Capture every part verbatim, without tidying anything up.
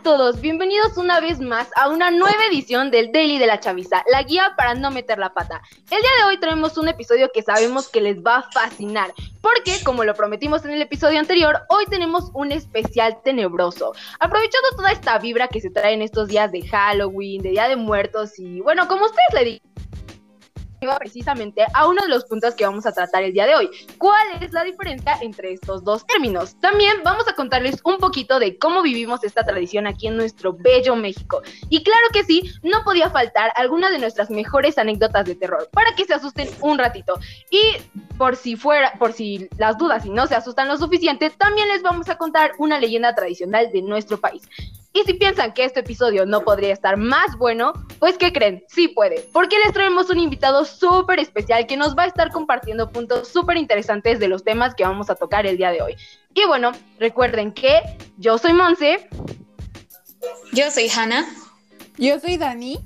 todos, bienvenidos una vez más a una nueva edición del Daily de la Chaviza, la guía para no meter la pata. El día de hoy traemos un episodio que sabemos que les va a fascinar, porque como lo prometimos en el episodio anterior, hoy tenemos un especial tenebroso. Aprovechando toda esta vibra que se trae en estos días de Halloween, de Día de Muertos y bueno, como ustedes le digan, precisamente a uno de los puntos que vamos a tratar el día de hoy. ¿Cuál es la diferencia entre estos dos términos? También vamos a contarles un poquito de cómo vivimos esta tradición aquí en nuestro bello México. Y claro que sí, no podía faltar alguna de nuestras mejores anécdotas de terror para que se asusten un ratito. Y por si fuera, por si las dudas y no se asustan lo suficiente, también les vamos a contar una leyenda tradicional de nuestro país. Y si piensan que este episodio no podría estar más bueno, pues ¿qué creen? Sí puede, porque les traemos un invitado súper especial que nos va a estar compartiendo puntos súper interesantes de los temas que vamos a tocar el día de hoy. Y bueno, recuerden que yo soy Monse. Yo soy Hanna. Yo soy Dani.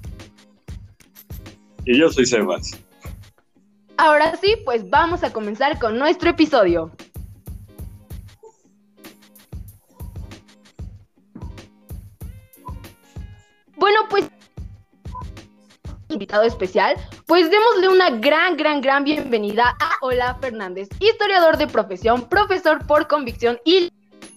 Y yo soy Sebas. Ahora sí, pues vamos a comenzar con nuestro episodio. Bueno, pues, invitado especial, pues démosle una gran, gran, gran bienvenida a Olaf Fernández, historiador de profesión, profesor por convicción y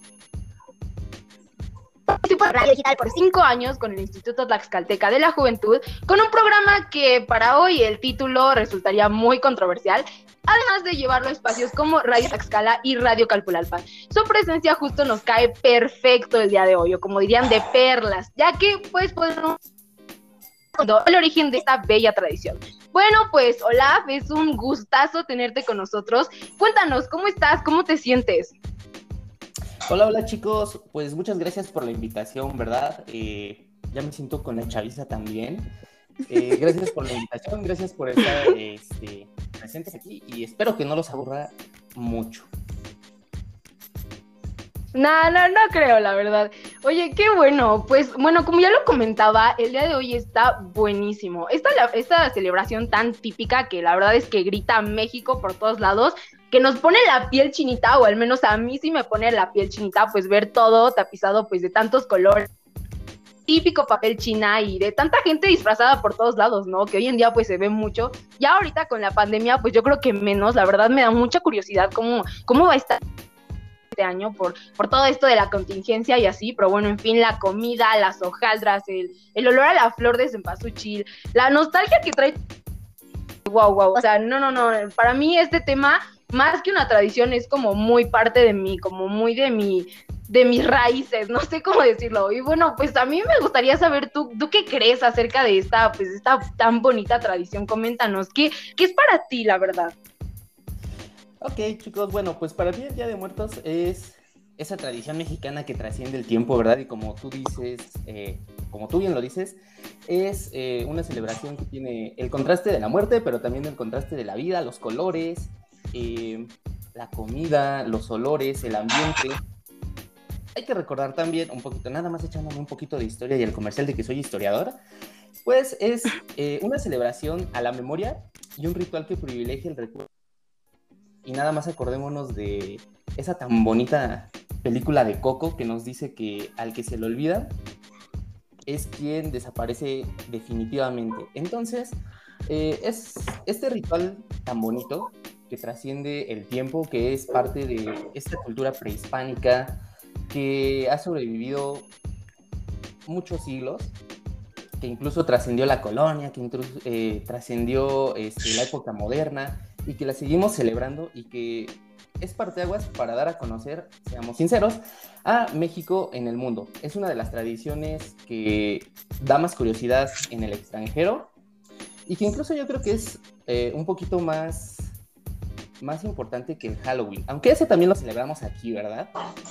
participó en Radio Digital por cinco años con el Instituto Tlaxcalteca de la Juventud, con un programa que para hoy el título resultaría muy controversial, además de llevarlo a espacios como Radio Tlaxcala y Radio Calpulalpan. Su presencia justo nos cae perfecto el día de hoy, o como dirían, de perlas, ya que pues podemos el origen de esta bella tradición. Bueno, pues Olaf, es un gustazo tenerte con nosotros. Cuéntanos, ¿cómo estás? ¿Cómo te sientes? Hola, hola chicos, pues muchas gracias por la invitación, ¿verdad? Eh, ya me siento con la chaviza también. Eh, gracias por la invitación, gracias por estar este, presentes aquí y espero que no los aburra mucho. No, no, no creo, la verdad. Oye, qué bueno. Pues, bueno, como ya lo comentaba, el día de hoy está buenísimo. Esta, esta celebración tan típica que la verdad es que grita México por todos lados, que nos pone la piel chinita, o al menos a mí sí me pone la piel chinita, pues ver todo tapizado pues de tantos colores, típico papel china y de tanta gente disfrazada por todos lados, ¿no? Que hoy en día pues se ve mucho. Ya ahorita con la pandemia pues yo creo que menos, la verdad me da mucha curiosidad cómo, cómo va a estar este año por, por todo esto de la contingencia y así, pero bueno, en fin, la comida, las hojaldras, el, el olor a la flor de cempasúchil, la nostalgia que trae, wow, wow, o sea, no, no, no, para mí este tema, más que una tradición, es como muy parte de mí, como muy de mi, de mis raíces, no sé cómo decirlo, y bueno, pues a mí me gustaría saber, ¿tú, tú qué crees acerca de esta, pues esta tan bonita tradición? Coméntanos, ¿qué, qué es para ti, la verdad? Ok, chicos, bueno, pues para mí el Día de Muertos es esa tradición mexicana que trasciende el tiempo, ¿verdad? Y como tú dices, eh, como tú bien lo dices, es eh, una celebración que tiene el contraste de la muerte, pero también el contraste de la vida, los colores, eh, la comida, los olores, el ambiente. Hay que recordar también un poquito, nada más echándome un poquito de historia y el comercial de que soy historiador, pues es eh, una celebración a la memoria y un ritual que privilegia el recuerdo. Y nada más acordémonos de esa tan bonita película de Coco que nos dice que al que se le olvida es quien desaparece definitivamente. Entonces, eh, es este ritual tan bonito que trasciende el tiempo, que es parte de esta cultura prehispánica que ha sobrevivido muchos siglos, que incluso trascendió la colonia, que incluso, eh, trascendió este, la época moderna, y que la seguimos celebrando y que es parteaguas para dar a conocer, seamos sinceros, a México en el mundo. Es una de las tradiciones que da más curiosidad en el extranjero y que incluso yo creo que es eh, un poquito más, más importante que el Halloween, aunque ese también lo celebramos aquí, ¿verdad?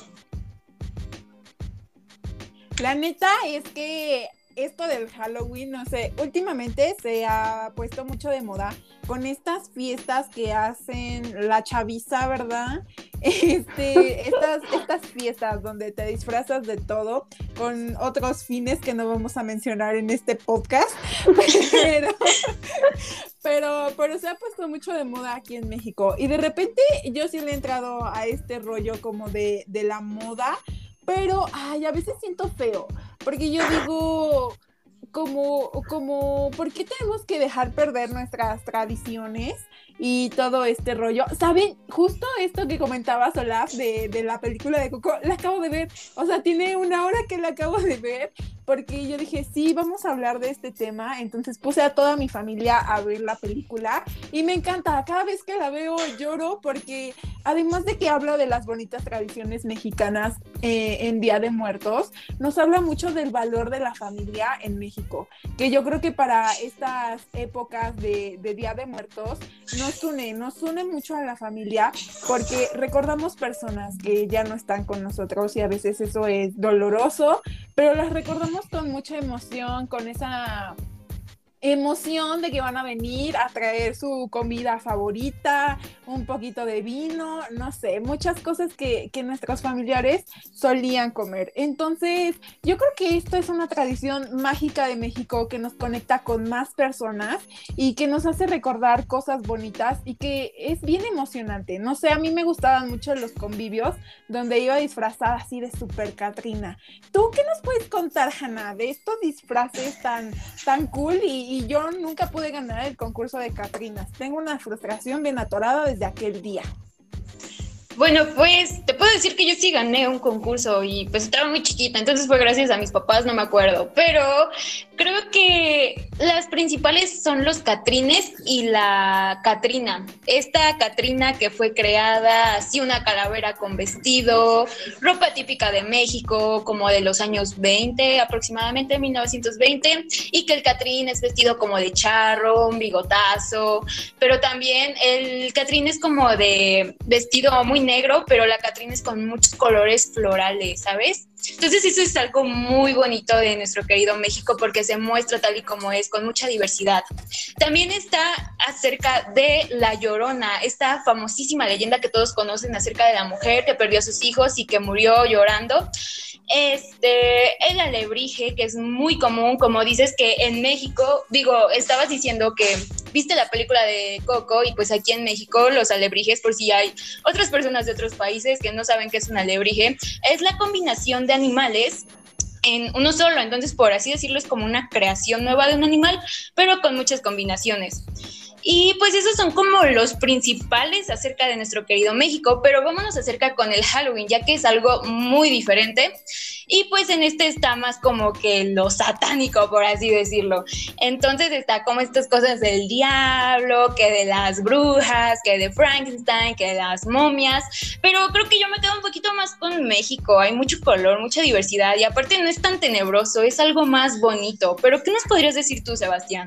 La neta es que esto del Halloween, no sé, últimamente se ha puesto mucho de moda con estas fiestas que hacen la chaviza, ¿verdad? Este, estas, estas fiestas donde te disfrazas de todo con otros fines que no vamos a mencionar en este podcast, pero, pero, pero se ha puesto mucho de moda aquí en México y de repente yo sí le he entrado a este rollo como de, de la moda, pero ay, a veces siento feo. porque yo digo, como, como, ¿por qué tenemos que dejar perder nuestras tradiciones y todo este rollo? ¿Saben? Justo esto que comentaba Olaf de, de la película de Coco, la acabo de ver, o sea, tiene una hora que la acabo de ver, porque yo dije, sí, vamos a hablar de este tema, entonces puse a toda mi familia a ver la película, y me encanta, cada vez que la veo lloro, porque además de que habla de las bonitas tradiciones mexicanas eh, en Día de Muertos, nos habla mucho del valor de la familia en México, que yo creo que para estas épocas de, de Día de Muertos nos une, nos une mucho a la familia, porque recordamos personas que ya no están con nosotros, y a veces eso es doloroso, pero las recordamos con mucha emoción, con esa emoción de que van a venir a traer su comida favorita, un poquito de vino, no sé, muchas cosas que, que nuestros familiares solían comer. Entonces, yo creo que esto es una tradición mágica de México que nos conecta con más personas y que nos hace recordar cosas bonitas y que es bien emocionante. No sé, a mí me gustaban mucho los convivios donde iba disfrazada así de Super Catrina. ¿Tú qué nos puedes contar, Hannah, de estos disfraces tan, tan cool? Y Y yo nunca pude ganar el concurso de Catrinas. Tengo una frustración bien atorada desde aquel día. Bueno, pues te puedo decir que yo sí gané un concurso y pues estaba muy chiquita, entonces fue gracias a mis papás, no me acuerdo, pero creo que las principales son los Catrines y la Catrina. Esta Catrina que fue creada así, una calavera con vestido, ropa típica de México, como de los años veinte, aproximadamente mil novecientos veinte, y que el Catrín es vestido como de charro, un bigotazo, pero también el Catrín es como de vestido muy negro, pero la Catrina es con muchos colores florales, ¿sabes? Entonces eso es algo muy bonito de nuestro querido México porque se muestra tal y como es, con mucha diversidad. También está acerca de La Llorona, esta famosísima leyenda que todos conocen acerca de la mujer que perdió a sus hijos y que murió llorando. Este, el alebrije, que es muy común, como dices que en México, digo, estabas diciendo que viste la película de Coco y pues aquí en México los alebrijes, por si hay otras personas de otros países que no saben qué es un alebrije, es la combinación de animales en uno solo, entonces por así decirlo es como una creación nueva de un animal, pero con muchas combinaciones. Y pues esos son como los principales acerca de nuestro querido México, pero vámonos acerca con el Halloween, ya que es algo muy diferente. Y pues en este está más como que lo satánico, por así decirlo. Entonces está como estas cosas del diablo, que de las brujas, que de Frankenstein, que de las momias. Pero creo que yo me quedo un poquito más con México. Hay mucho color, mucha diversidad y aparte no es tan tenebroso, es algo más bonito. Pero ¿qué nos podrías decir tú, Sebastián?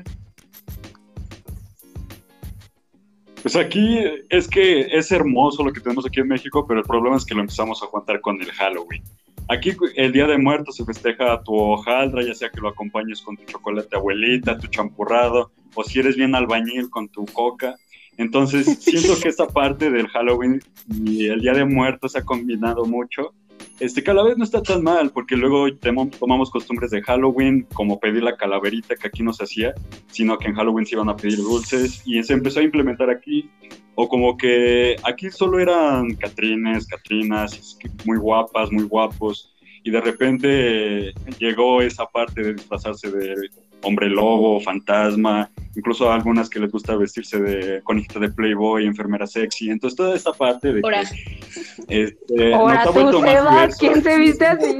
Pues aquí es que es hermoso lo que tenemos aquí en México, pero el problema es que lo empezamos a juntar con el Halloween. Aquí el Día de Muertos se festeja a tu hojaldra, ya sea que lo acompañes con tu chocolate abuelita, tu champurrado, o si eres bien albañil con tu coca. Entonces siento que esta parte del Halloween y el Día de Muertos se ha combinado mucho. Este, que a la vez no está tan mal, porque luego tomamos costumbres de Halloween, como pedir la calaverita que aquí no se hacía, sino que en Halloween se iban a pedir dulces, y se empezó a implementar aquí, o como que aquí solo eran catrines, catrinas, muy guapas, muy guapos, y de repente llegó esa parte de disfrazarse de hombre lobo, fantasma, incluso a algunas que les gusta vestirse de conejita de Playboy, enfermera sexy. Entonces toda esta parte de Ahora. que este, Ahora nos ha tú, vuelto más Sebas, diversos. ¿quién se viste así?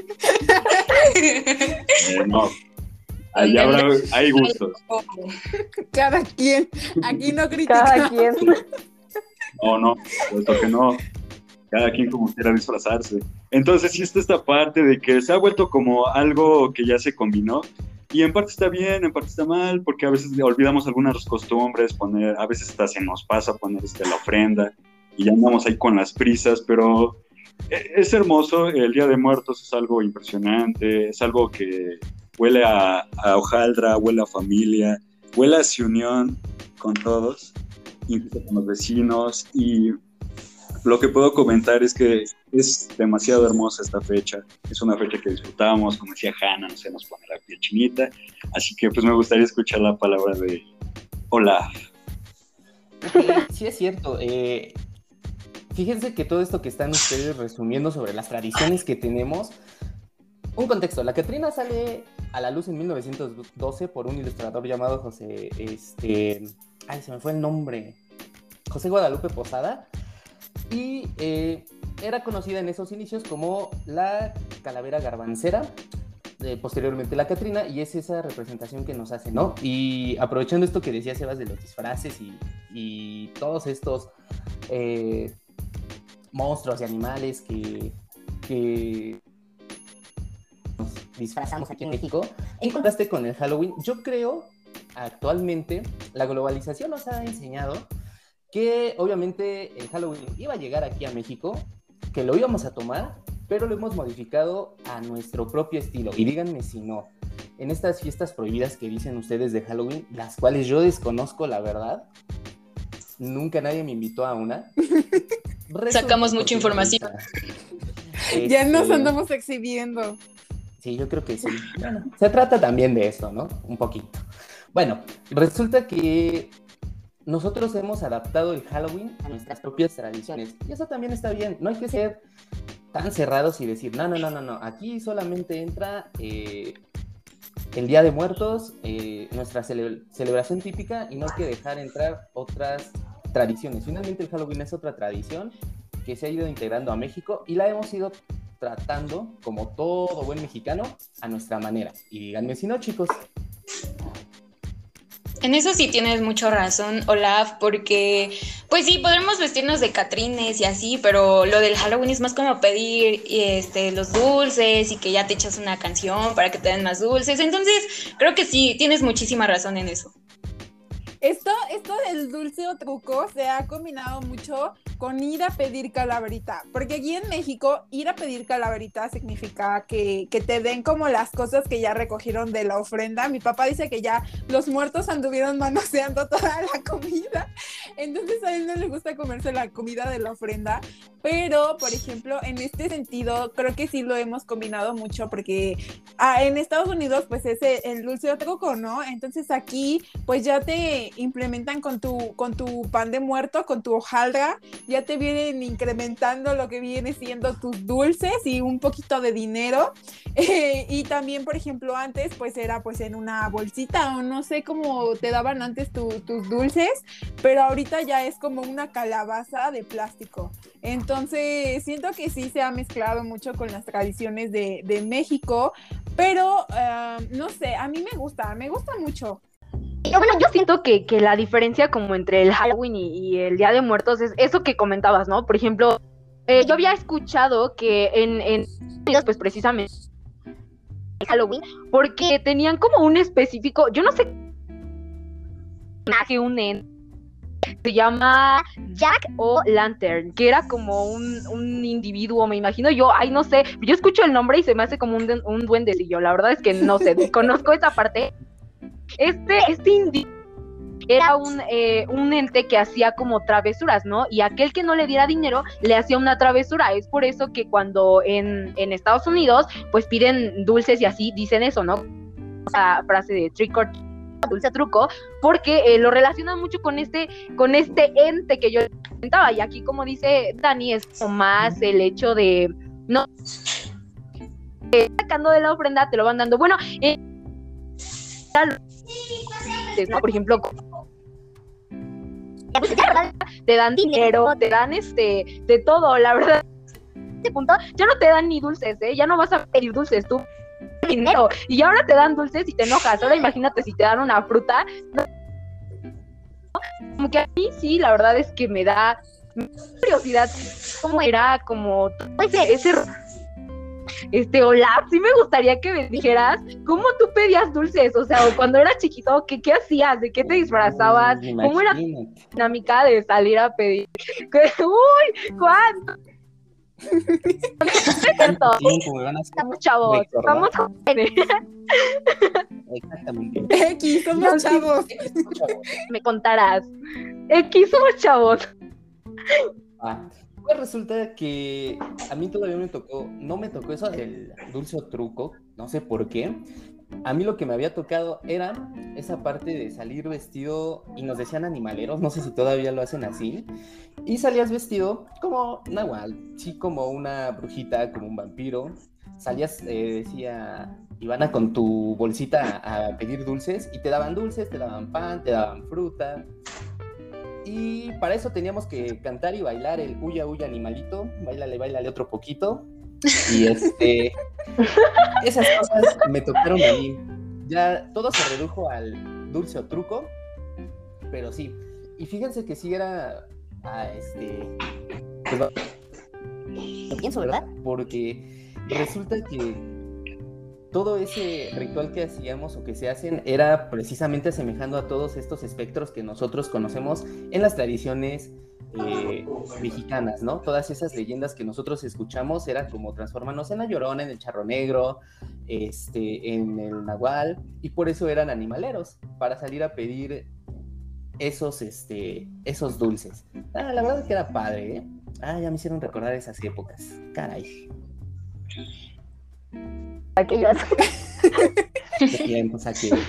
Eh, no, ahí habrá, hay gustos. Cada quien, aquí no criticamos. Cada quien. No, no, puesto que no. Cada quien como quiera disfrazarse. Entonces sí está esta parte de que se ha vuelto como algo que ya se combinó. Y en parte está bien, en parte está mal, porque a veces olvidamos algunas costumbres, poner, a veces hasta se nos pasa poner este, la ofrenda, y ya andamos ahí con las prisas, pero es hermoso. El Día de Muertos es algo impresionante, es algo que huele a, a hojaldra, huele a familia, huele a unión con todos, incluso con los vecinos, y lo que puedo comentar es que es demasiado hermosa esta fecha, es una fecha que disfrutamos, como decía Hannah, no se nos pone la piel chinita, así que pues me gustaría escuchar la palabra de Olaf. Sí, es cierto. Eh, fíjense que todo esto que están ustedes resumiendo sobre las tradiciones que tenemos, un contexto, la Catrina sale a la luz en mil novecientos doce por un ilustrador llamado José, este, ay, se me fue el nombre, José Guadalupe Posada, y eh, era conocida en esos inicios como la calavera garbancera, eh, posteriormente la Catrina, y es esa representación que nos hace, ¿no? Y aprovechando esto que decía Sebas de los disfraces y, y todos estos eh, monstruos y animales que... que disfrazamos aquí en México, en contraste con el Halloween, yo creo actualmente la globalización nos ha enseñado que obviamente el Halloween iba a llegar aquí a México, que lo íbamos a tomar, pero lo hemos modificado a nuestro propio estilo. Y díganme si no, en estas fiestas prohibidas que dicen ustedes de Halloween, las cuales yo desconozco la verdad, nunca nadie me invitó a una. Sacamos mucha información. Este... Ya nos andamos exhibiendo. Sí, yo creo que sí. Bueno, se trata también de esto, ¿no? Un poquito. Bueno, resulta que nosotros hemos adaptado el Halloween a nuestras propias tradiciones. Y eso también está bien. No hay que ser tan cerrados y decir, no, no, no, no, no. Aquí solamente entra eh, el Día de Muertos, eh, nuestra cele- celebración típica, y no hay que dejar entrar otras tradiciones. Finalmente el Halloween es otra tradición que se ha ido integrando a México y la hemos ido tratando, como todo buen mexicano, a nuestra manera. Y díganme si no, chicos. En eso sí tienes mucha razón, Olaf, porque pues sí, podremos vestirnos de catrines y así, pero lo del Halloween es más como pedir este, los dulces y que ya te echas una canción para que te den más dulces. Entonces, creo que sí, tienes muchísima razón en eso. Esto, esto del dulce o truco se ha combinado mucho con ir a pedir calaverita, porque aquí en México ir a pedir calaverita significa que, que te den como las cosas que ya recogieron de la ofrenda. Mi papá dice que ya los muertos anduvieron manoseando toda la comida, entonces a él no le gusta comerse la comida de la ofrenda, pero por ejemplo en este sentido creo que sí lo hemos combinado mucho, porque ah, en Estados Unidos pues es el dulce o truco, ¿no? Entonces aquí pues ya te implementan con tu, con tu pan de muerto, con tu hojaldra, ya te vienen incrementando lo que viene siendo tus dulces y un poquito de dinero, eh, y también por ejemplo antes pues era pues en una bolsita o no sé cómo te daban antes tu, tus dulces, pero ahorita ya es como una calabaza de plástico. Entonces siento que sí se ha mezclado mucho con las tradiciones de, de México, pero uh, no sé, a mí me gusta, me gusta mucho. Pero bueno, yo siento que, que la diferencia como entre el Halloween y, y el Día de Muertos es eso que comentabas, ¿no? Por ejemplo, eh, yo había escuchado que en, en pues precisamente Halloween, porque tenían como un específico, yo no sé, que un ente se llama Jack o Lantern, que era como un, un individuo, me imagino yo, ay no sé, yo escucho el nombre y se me hace como un, un duendecillo, la verdad es que no sé, conozco esa parte. Este, este individuo era un, eh, un ente que hacía como travesuras, ¿no? Y aquel que no le diera dinero le hacía una travesura. Es por eso que cuando en, en Estados Unidos pues piden dulces y así, dicen eso, ¿no? La frase de trick or treat, dulce truco, porque eh, lo relacionan mucho con este, con este ente que yo comentaba. Y aquí, como dice Dani, es como más el hecho de, no, eh, sacando de la ofrenda, te lo van dando. Bueno, eh, ¿no? Por ejemplo, te dan dinero, te dan este, de todo, la verdad. Este punto ya no te dan ni dulces, ¿eh? Ya no vas a pedir dulces, tú dinero, y ahora te dan dulces y te enojas. Ahora imagínate si te dan una fruta, ¿no? Como que a mí sí, la verdad es que me da curiosidad cómo era como ese, ese Este, Olaf, sí me gustaría que me dijeras cómo tú pedías dulces, o sea, o cuando eras chiquito, ¿qué, qué hacías? ¿De qué te disfrazabas? Uy, ¿Cómo era la dinámica de salir a pedir? ¡Uy! ¿Cuánto? Estamos chavos, estamos jóvenes. Exactamente. X, somos chavos. Me contarás. X, somos chavos. Ah. Pues resulta que a mí todavía me tocó, no me tocó eso del dulce o truco, no sé por qué. A mí lo que me había tocado era esa parte de salir vestido, y nos decían animaleros, no sé si todavía lo hacen así, y salías vestido como nahual, sí, como una brujita, como un vampiro, salías, eh, decía Ivana, con tu bolsita a pedir dulces y te daban dulces, te daban pan, te daban fruta. Y para eso teníamos que cantar y bailar el huya, huya, animalito, báilale, báilale otro poquito. Y este, esas cosas me tocaron a mí. Ya todo se redujo al dulce o truco, pero sí. Y fíjense que sí era, ah, este, pues, lo pienso, ¿verdad? Porque resulta que todo ese ritual que hacíamos o que se hacen era precisamente asemejando a todos estos espectros que nosotros conocemos en las tradiciones eh, mexicanas, ¿no? Todas esas leyendas que nosotros escuchamos eran como transformarnos en la Llorona, en el Charro Negro, este, en el Nahual, y por eso eran animaleros, para salir a pedir esos, este, esos dulces. Ah, la verdad es que era padre, ¿eh? Ah, ya me hicieron recordar esas épocas. Caray. Aquellas. Qué tiempos aquellos.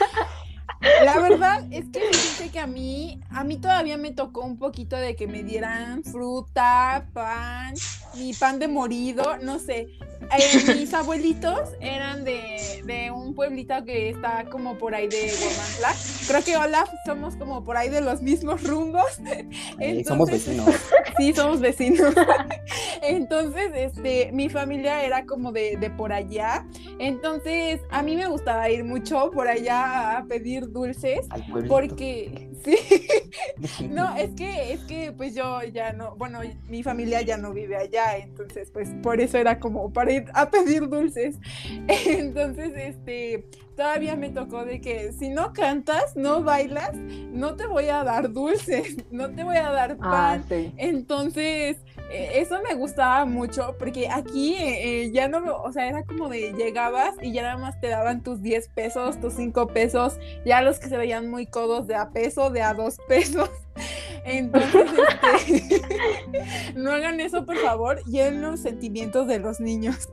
La verdad es que fíjense que a mí, a mí todavía me tocó un poquito de que me dieran fruta, pan, mi pan de morido, no sé. Eh, mis abuelitos eran de, de un pueblito que está como por ahí de Huamantla. Creo que Olaf somos como por ahí de los mismos rumbos. Eh, somos vecinos. Sí, somos vecinos. Entonces, este, mi familia era como de, de por allá. Entonces, a mí me gustaba ir mucho por allá a pedir dulces. Al pueblito. Porque, sí. No, es que, es que, pues yo ya no, bueno, mi familia ya no vive allá. Entonces, pues por eso era como para ir a pedir dulces. Entonces, este, todavía me tocó de que si no cantas, no bailas, no te voy a dar dulces, no te voy a dar pan. Ah, sí. Entonces, eh, eso me gustaba mucho, porque aquí eh, ya no lo, o sea, era como de llegabas y ya nada más te daban tus diez pesos, tus cinco pesos, ya los que se veían muy codos de a peso, de a dos pesos. Entonces, este, no hagan eso, por favor, lleven los sentimientos de los niños.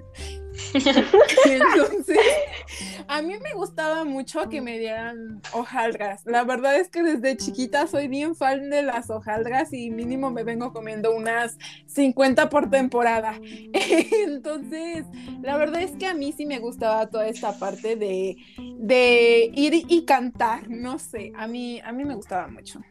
Entonces, a mí me gustaba mucho que me dieran hojaldras. La verdad es que desde chiquita soy bien fan de las hojaldras y mínimo me vengo comiendo unas cincuenta por temporada. Entonces, la verdad es que a mí sí me gustaba toda esta parte de, de ir y cantar. No sé, a mí, a mí me gustaba mucho.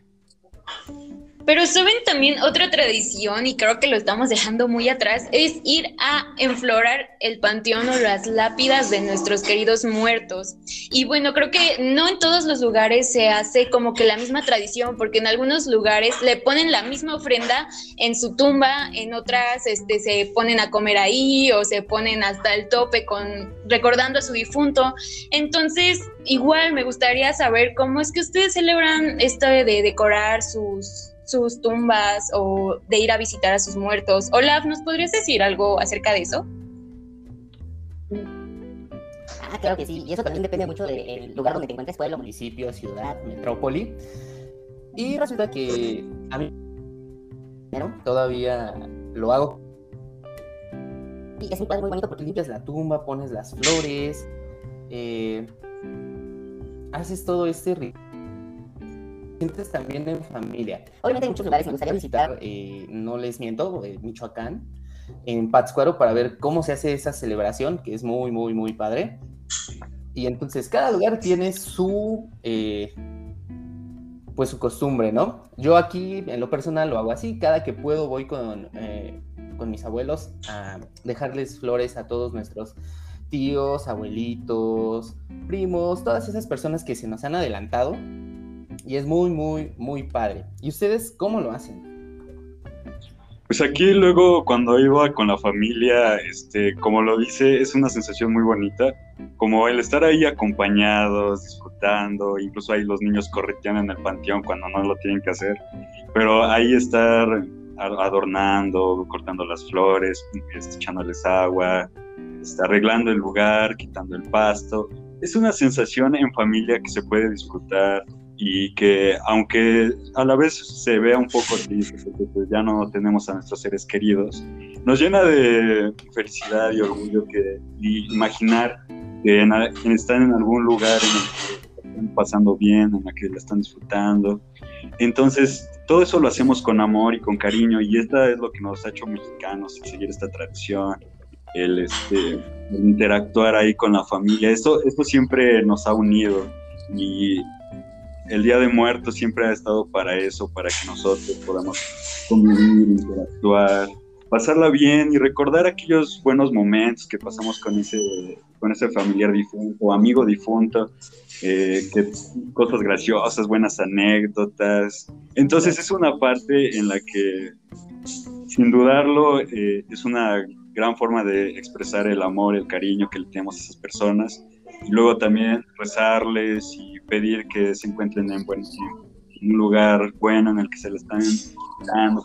Pero saben también otra tradición, y creo que lo estamos dejando muy atrás, es ir a enflorar el panteón o las lápidas de nuestros queridos muertos. Y bueno, creo que no en todos los lugares se hace como que la misma tradición, porque en algunos lugares le ponen la misma ofrenda en su tumba, en otras este, se ponen a comer ahí o se ponen hasta el tope con recordando a su difunto. Entonces, igual me gustaría saber cómo es que ustedes celebran esto de decorar sus sus tumbas o de ir a visitar a sus muertos. Olaf, ¿nos podrías decir algo acerca de eso? Ah, claro que sí, y eso también depende mucho del lugar donde te encuentres, pueblo, municipio, ciudad, metrópoli. Y resulta que a mí ¿no? todavía lo hago. Y es un cuadro muy bonito porque limpias la tumba, pones las flores, eh, haces todo este ritual. Sientes también en familia. Obviamente hay muchos lugares que me gustaría visitar, eh, no les miento, eh, Michoacán, en Pátzcuaro, para ver cómo se hace esa celebración, que es muy, muy, muy padre. Y entonces cada lugar tiene su, eh, pues su costumbre, ¿no? Yo aquí, en lo personal, lo hago así. Cada que puedo voy con, eh, con mis abuelos a dejarles flores a todos nuestros tíos, abuelitos, primos, todas esas personas que se nos han adelantado. Y es muy, muy, muy padre. ¿Y ustedes cómo lo hacen? Pues aquí luego cuando iba con la familia, este, como lo dice, es una sensación muy bonita, como el estar ahí acompañados, disfrutando, incluso ahí los niños corretean en el panteón cuando no lo tienen que hacer, pero ahí estar adornando, cortando las flores, echándoles agua, está arreglando el lugar, quitando el pasto, es una sensación en familia que se puede disfrutar. Y que aunque a la vez se vea un poco triste porque pues ya no tenemos a nuestros seres queridos, nos llena de felicidad y orgullo que y imaginar que en, en están en algún lugar en el que están pasando bien, en el que la están disfrutando. Entonces todo eso lo hacemos con amor y con cariño, y esta es lo que nos ha hecho mexicanos, seguir esta tradición. el, este, el interactuar ahí con la familia. Esto, esto siempre nos ha unido y el Día de Muertos siempre ha estado para eso, para que nosotros podamos convivir, interactuar, pasarla bien y recordar aquellos buenos momentos que pasamos con ese, con ese familiar difunto o amigo difunto, eh, que, cosas graciosas, buenas anécdotas. Entonces es una parte en la que, sin dudarlo, eh, es una gran forma de expresar el amor, el cariño que le tenemos a esas personas. Y luego también rezarles y pedir que se encuentren en, buen, en un lugar bueno en el que se les están dando,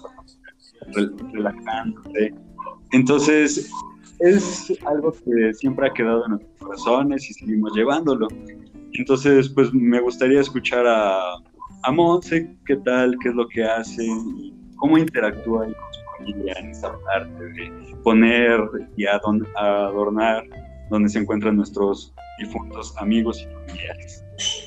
relajándose. Entonces es algo que siempre ha quedado en nuestros corazones y seguimos llevándolo. Entonces pues me gustaría escuchar a, a Monse, qué tal, qué es lo que hace y cómo interactúa ahí con su familia en esa parte de poner y adon- adornar donde se encuentran nuestros difuntos amigos y familiares.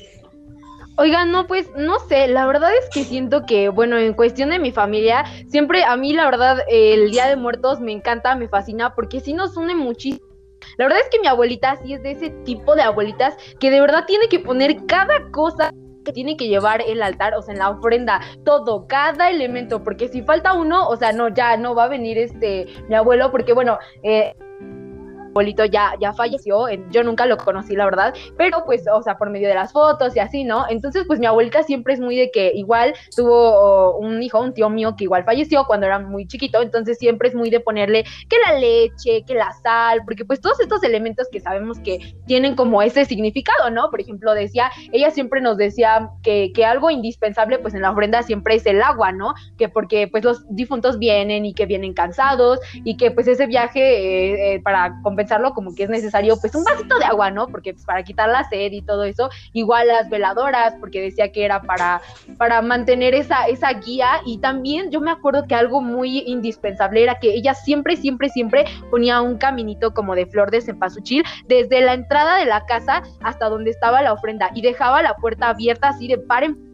Oigan, no, pues, no sé, la verdad es que siento que, bueno, en cuestión de mi familia, siempre a mí, la verdad, el Día de Muertos me encanta, me fascina, porque sí nos une muchísimo. La verdad es que mi abuelita sí es de ese tipo de abuelitas que de verdad tiene que poner cada cosa que tiene que llevar el altar, o sea, en la ofrenda, todo, cada elemento, porque si falta uno, o sea, no, ya no va a venir este, mi abuelo, porque bueno, eh, abuelito ya, ya falleció, yo nunca lo conocí, la verdad, pero pues, o sea, por medio de las fotos y así, ¿no? Entonces, pues mi abuelita siempre es muy de que igual tuvo oh, un hijo, un tío mío que igual falleció cuando era muy chiquito, entonces siempre es muy de ponerle que la leche, que la sal, porque pues todos estos elementos que sabemos que tienen como ese significado, ¿no? Por ejemplo, decía, ella siempre nos decía que, que algo indispensable pues en la ofrenda siempre es el agua, ¿no? Que porque pues los difuntos vienen y que vienen cansados y que pues ese viaje eh, eh, para compensarlo como que es necesario pues un vasito de agua, ¿no? Porque pues para quitar la sed y todo eso, igual las veladoras, porque decía que era para, para mantener esa, esa guía. Y también yo me acuerdo que algo muy indispensable era que ella siempre, siempre, siempre ponía un caminito como de flor de cempasúchil desde la entrada de la casa hasta donde estaba la ofrenda y dejaba la puerta abierta así de par en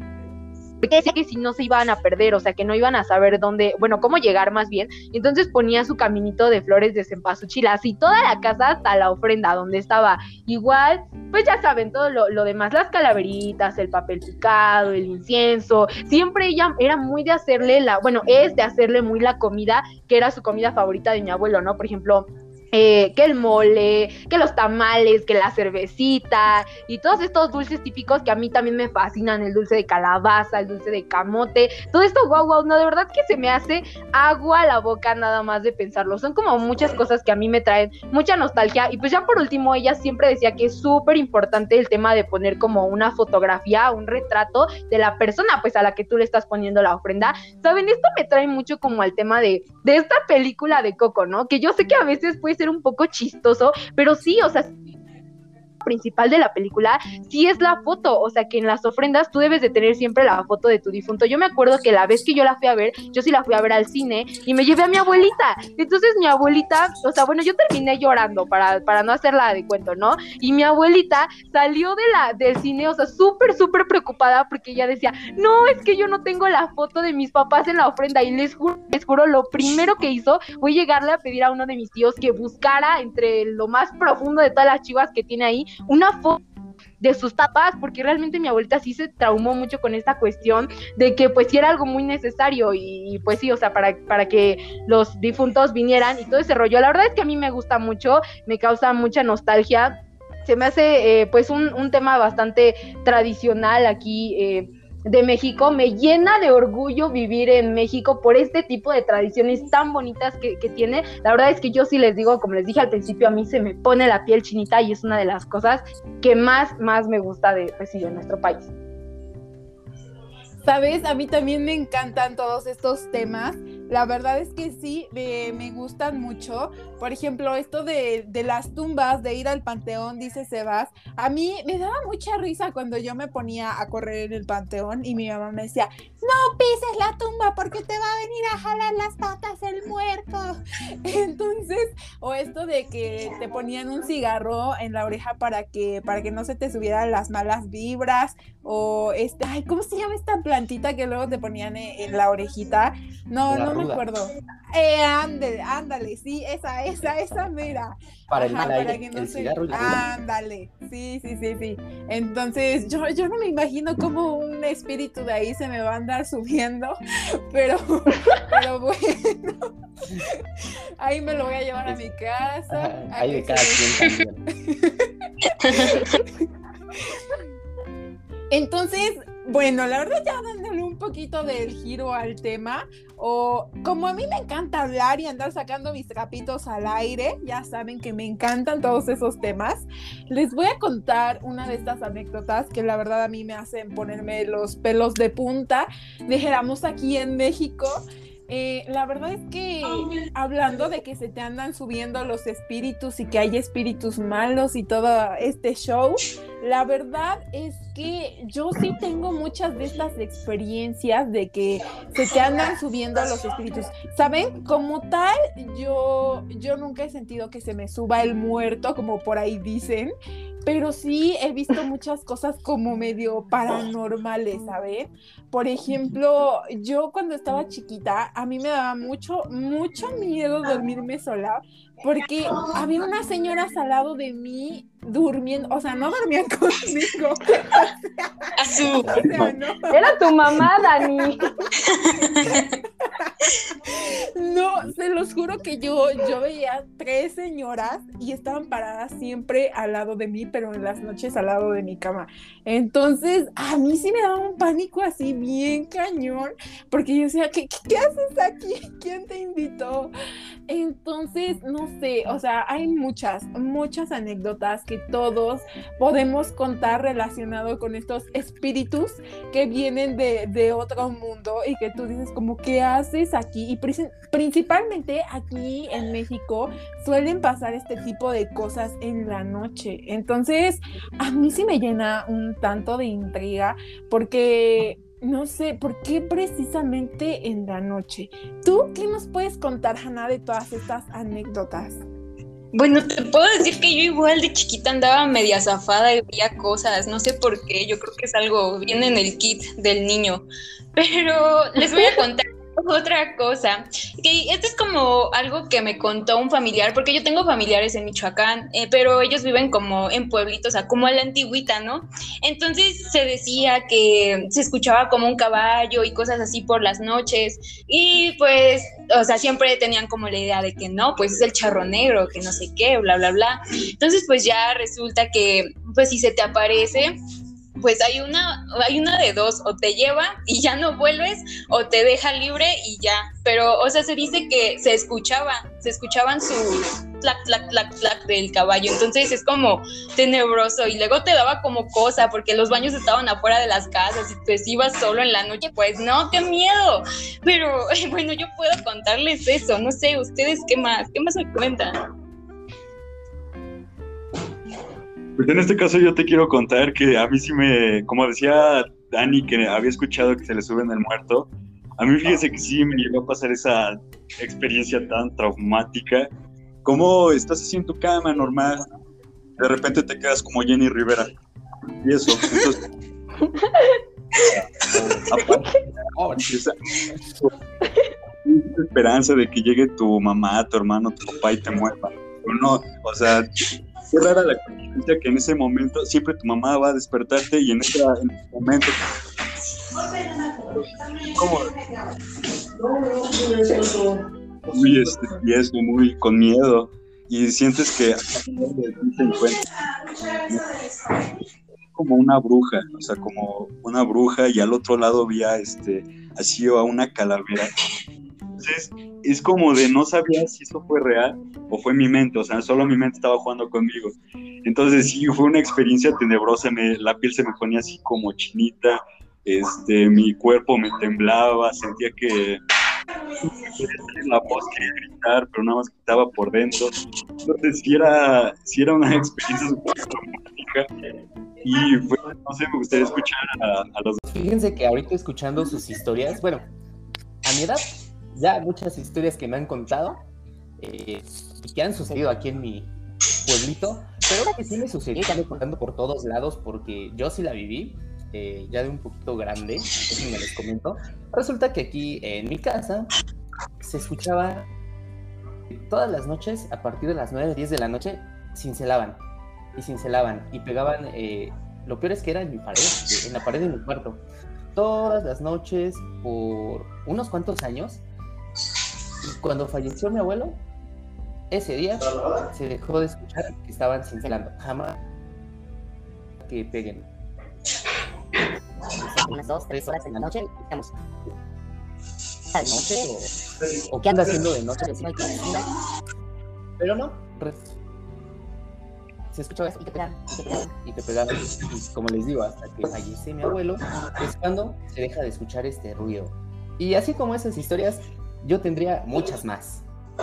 porque decía que si no se iban a perder, o sea, que no iban a saber dónde, bueno, cómo llegar más bien, y entonces ponía su caminito de flores de cempasúchil, así toda la casa hasta la ofrenda, donde estaba igual, pues ya saben, todo lo, lo demás, las calaveritas, el papel picado, el incienso, siempre ella era muy de hacerle la, bueno, es de hacerle muy la comida, que era su comida favorita de mi abuelo, ¿no? Por ejemplo, Eh, que el mole, que los tamales, que la cervecita y todos estos dulces típicos que a mí también me fascinan, el dulce de calabaza, el dulce de camote, todo esto, guau, guau, no, de verdad que se me hace agua a la boca nada más de pensarlo, son como muchas cosas que a mí me traen mucha nostalgia. Y pues ya por último, ella siempre decía que es súper importante el tema de poner como una fotografía, un retrato de la persona pues a la que tú le estás poniendo la ofrenda. ¿Saben? Esto me trae mucho como al tema de, de esta película de Coco, ¿no? Que yo sé que a veces puede ser un poco chistoso, pero sí, o sea, principal de la película sí es la foto, o sea que en las ofrendas tú debes de tener siempre la foto de tu difunto. Yo me acuerdo que la vez que yo la fui a ver, yo sí la fui a ver al cine y me llevé a mi abuelita, entonces mi abuelita, o sea, bueno, yo terminé llorando para, para no hacerla de cuento, ¿no? Y mi abuelita salió de la, del cine, o sea, súper, súper preocupada porque ella decía, no, es que yo no tengo la foto de mis papás en la ofrenda. Y les juro, les juro, lo primero que hizo fue llegarle a pedir a uno de mis tíos que buscara entre lo más profundo de todas las chivas que tiene ahí una foto de sus papás, porque realmente mi abuelita sí se traumó mucho con esta cuestión de que pues sí era algo muy necesario y, y pues sí, o sea, para, para que los difuntos vinieran y todo ese rollo. La verdad es que a mí me gusta mucho, me causa mucha nostalgia, se me hace eh, pues un, un tema bastante tradicional aquí eh, de México. Me llena de orgullo vivir en México por este tipo de tradiciones tan bonitas que, que tiene. La verdad es que yo sí les digo, como les dije al principio, a mí se me pone la piel chinita y es una de las cosas que más, más me gusta de, pues, sí, de nuestro país. ¿Sabes? A mí también me encantan todos estos temas. La verdad es que sí, me, me gustan mucho. Por ejemplo, esto de, de las tumbas, de ir al panteón, dice Sebas. A mí me daba mucha risa cuando yo me ponía a correr en el panteón y mi mamá me decía, no pises la tumba porque te va a venir a jalar las patas el muerto. Entonces, o esto de que te ponían un cigarro en la oreja para que, para que no se te subieran las malas vibras, o este, ay, ¿cómo se llama esta plantita que luego te ponían en, en la orejita? No, La no ruda. me acuerdo. Eh, ándale, ándale, sí, esa, esa, esa mera. Para el Ajá, mal para aire, que no el se- cigarro y la ruda. Ándale, sí, sí, sí, sí. Entonces, yo, yo no me imagino cómo un espíritu de ahí se me va a andar subiendo, pero, pero bueno, ahí me lo voy a llevar a mi casa. Ajá, a hay que de cada se- quien también. Entonces, bueno, la verdad ya dándole un poquito del giro al tema, o como a mí me encanta hablar y andar sacando mis trapitos al aire, ya saben que me encantan todos esos temas, les voy a contar una de estas anécdotas que la verdad a mí me hacen ponerme los pelos de punta, dijéramos aquí en México. Eh, la verdad es que hablando de que se te andan subiendo los espíritus y que hay espíritus malos y todo este show, la verdad es que yo sí tengo muchas de estas experiencias de que se te andan subiendo los espíritus. ¿Saben? Como tal, yo, yo nunca he sentido que se me suba el muerto, como por ahí dicen, pero sí he visto muchas cosas como medio paranormales, ¿saben? Por ejemplo, yo cuando estaba chiquita, a mí me daba mucho, mucho miedo dormirme sola, porque había unas señoras al lado de mí durmiendo, o sea, no dormían conmigo, Azul. o sea, no. Era tu mamá, Dani. No, se los juro que yo, yo veía tres señoras y estaban paradas siempre al lado de mí, pero en las noches al lado de mi cama. Entonces, a mí sí me daba un pánico así bien cañón, porque yo decía, ¿qué, qué, qué haces aquí? ¿Quién te invitó? Entonces, no sé, o sea, hay muchas, muchas anécdotas que todos podemos contar relacionado con estos espíritus que vienen de, de otro mundo y que tú dices como, ¿qué haces aquí? Y pri- principalmente aquí en México suelen pasar este tipo de cosas en la noche. Entonces, a mí sí me llena un tanto de intriga porque... No sé, ¿por qué precisamente en la noche? ¿Tú qué nos puedes contar, Hannah, de todas estas anécdotas? Bueno, te puedo decir que yo igual de chiquita andaba media zafada y veía cosas, no sé por qué, yo creo que es algo bien en el kit del niño, pero les voy a contar otra cosa, que esto es como algo que me contó un familiar, porque yo tengo familiares en Michoacán, eh, pero ellos viven como en pueblitos, o sea, como a la antigüita, ¿no? Entonces se decía que se escuchaba como un caballo y cosas así por las noches, y pues, o sea, siempre tenían como la idea de que no, pues es el charro negro, que no sé qué, bla, bla, bla. Entonces, pues ya resulta que, pues si se te aparece, pues hay una, hay una de dos, o te lleva y ya no vuelves, o te deja libre y ya. Pero, o sea, se dice que se escuchaba, se escuchaban sus clac, clac, clac, clac del caballo. Entonces es como tenebroso y luego te daba como cosa porque los baños estaban afuera de las casas y pues ibas solo en la noche, pues no, qué miedo. Pero bueno, yo puedo contarles eso, no sé, ustedes qué más, qué más me cuentan. Pues en este caso yo te quiero contar que a mí sí me, como decía Dani, que había escuchado que se le suben el muerto, a mí fíjese que sí me llegó a pasar esa experiencia tan traumática, como estás así en tu cama normal, de repente te quedas como Jenny Rivera, y eso, entonces... aparte, oh, esa, esa esperanza de que llegue tu mamá, tu hermano, tu papá y te mueva, pero no, o sea... Qué rara la coincidencia que en ese momento siempre tu mamá va a despertarte y en, esa, en ese momento como muy este, y eso, muy con miedo y sientes que se encuentra como una bruja, o sea, como una bruja y al otro lado había este, así a una calavera. Entonces, es como de no sabía si eso fue real o fue mi mente, o sea, solo mi mente estaba jugando conmigo. Entonces, sí, fue una experiencia tenebrosa, me, la piel se me ponía así como chinita, este, mi cuerpo me temblaba, sentía que la voz quería gritar, pero nada más gritaba por dentro. Entonces, sí era, sí era una experiencia súper traumática. Y, pues, no sé, me gustaría escuchar a, a los... Fíjense que ahorita escuchando sus historias, bueno, a mi edad, ya muchas historias que me han contado, eh, y que han sucedido aquí en mi pueblito, pero que sí me sucedió y ando contando por todos lados porque yo sí la viví, eh, ya de un poquito grande, eso me les comento. Resulta que aquí en mi casa se escuchaba todas las noches, a partir de las nueve, diez de la noche, cincelaban y cincelaban y pegaban, eh, lo peor es que era en mi pared, en la pared de mi cuarto, todas las noches por unos cuantos años. Y cuando falleció mi abuelo, ese día se dejó de escuchar que estaban cincelando. Jamás que peguen. Unas dos, tres horas en la noche, estamos de noche o, o qué anda haciendo de noche encima de la pero no, se escuchaba eso y te pegaban, y te pegaban, y te pegaban. Y como les digo, hasta que fallece mi abuelo, es cuando se deja de escuchar este ruido. Y así como esas historias, yo tendría muchas más.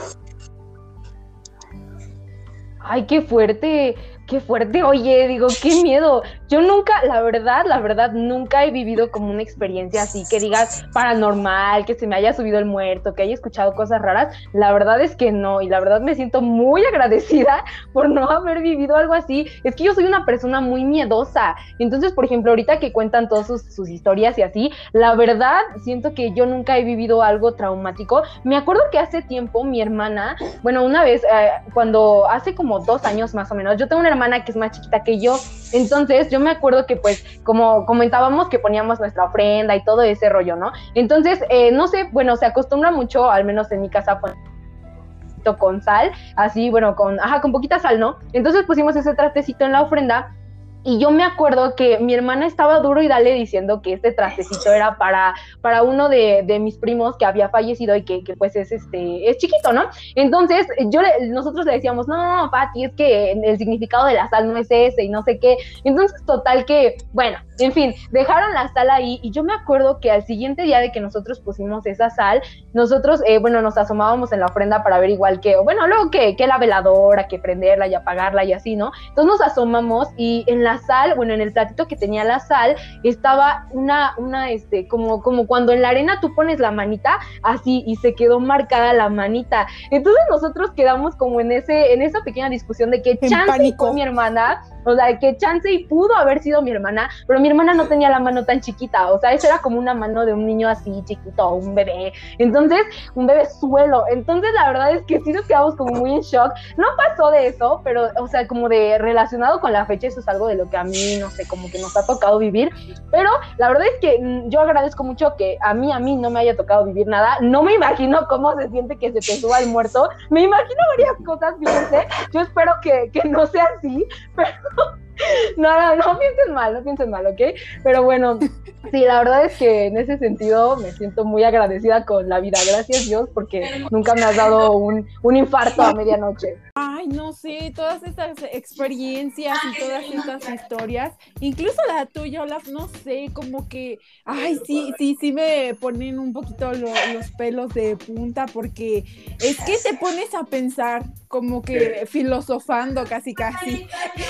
Ay, qué fuerte, qué fuerte, oye, digo, qué miedo. Yo nunca, la verdad, la verdad, nunca he vivido como una experiencia así que digas paranormal, que se me haya subido el muerto, que haya escuchado cosas raras. La verdad es que no, y la verdad me siento muy agradecida por no haber vivido algo así. Es que yo soy una persona muy miedosa. Entonces, por ejemplo, ahorita que cuentan todas sus, sus historias y así, la verdad, siento que yo nunca he vivido algo traumático. Me acuerdo que hace tiempo mi hermana, bueno, una vez, eh, cuando hace como dos años más o menos, yo tengo una hermana que es más chiquita que yo, entonces yo me acuerdo que pues como comentábamos que poníamos nuestra ofrenda y todo ese rollo, ¿no? Entonces, eh, no sé, bueno, se acostumbra mucho, al menos en mi casa, poner con sal, así, bueno, con, ajá, con poquita sal, ¿no? Entonces pusimos ese trastecito en la ofrenda. Y yo me acuerdo que mi hermana estaba duro y dale diciendo que este trastecito era para, para uno de, de mis primos que había fallecido y que, que pues es este es chiquito, ¿no? Entonces yo le, nosotros le decíamos, no, no, no, Pati, es que el significado de la sal no es ese y no sé qué. Entonces, total que, bueno, en fin, dejaron la sal ahí y yo me acuerdo que al siguiente día de que nosotros pusimos esa sal, nosotros, eh, bueno, nos asomábamos en la ofrenda para ver igual que, bueno, luego que, que la veladora, que prenderla y apagarla y así, ¿no? Entonces nos asomamos y en la sal, bueno, en el platito que tenía la sal, estaba una, una, este, como, como cuando en la arena tú pones la manita, así, y se quedó marcada la manita. Entonces nosotros quedamos como en ese, en esa pequeña discusión de que chance fue mi hermana, o sea, que chance y pudo haber sido mi hermana, pero mi hermana no tenía la mano tan chiquita, o sea, esa era como una mano de un niño así chiquito, un bebé, entonces, un bebé suelo. Entonces la verdad es que sí nos quedamos como muy en shock. No pasó de eso, pero, o sea, como de relacionado con la fecha, eso es algo de lo que a mí, no sé, como que nos ha tocado vivir, pero la verdad es que mm, yo agradezco mucho que a mí, a mí no me haya tocado vivir nada. No me imagino cómo se siente que se te suba el muerto, me imagino varias cosas, fíjense, yo espero que, que no sea así, pero no, no, no piensen mal, no piensen mal, ¿ok? Pero bueno, sí, la verdad es que en ese sentido me siento muy agradecida con la vida. Gracias, Dios, porque nunca me has dado un, un infarto a medianoche. Ay, no sé, todas estas experiencias y todas estas historias, incluso la tuya, Olaf, no sé, como que, ay, sí, sí, sí me ponen un poquito lo, los pelos de punta, porque es que te pones a pensar, como que filosofando casi, casi,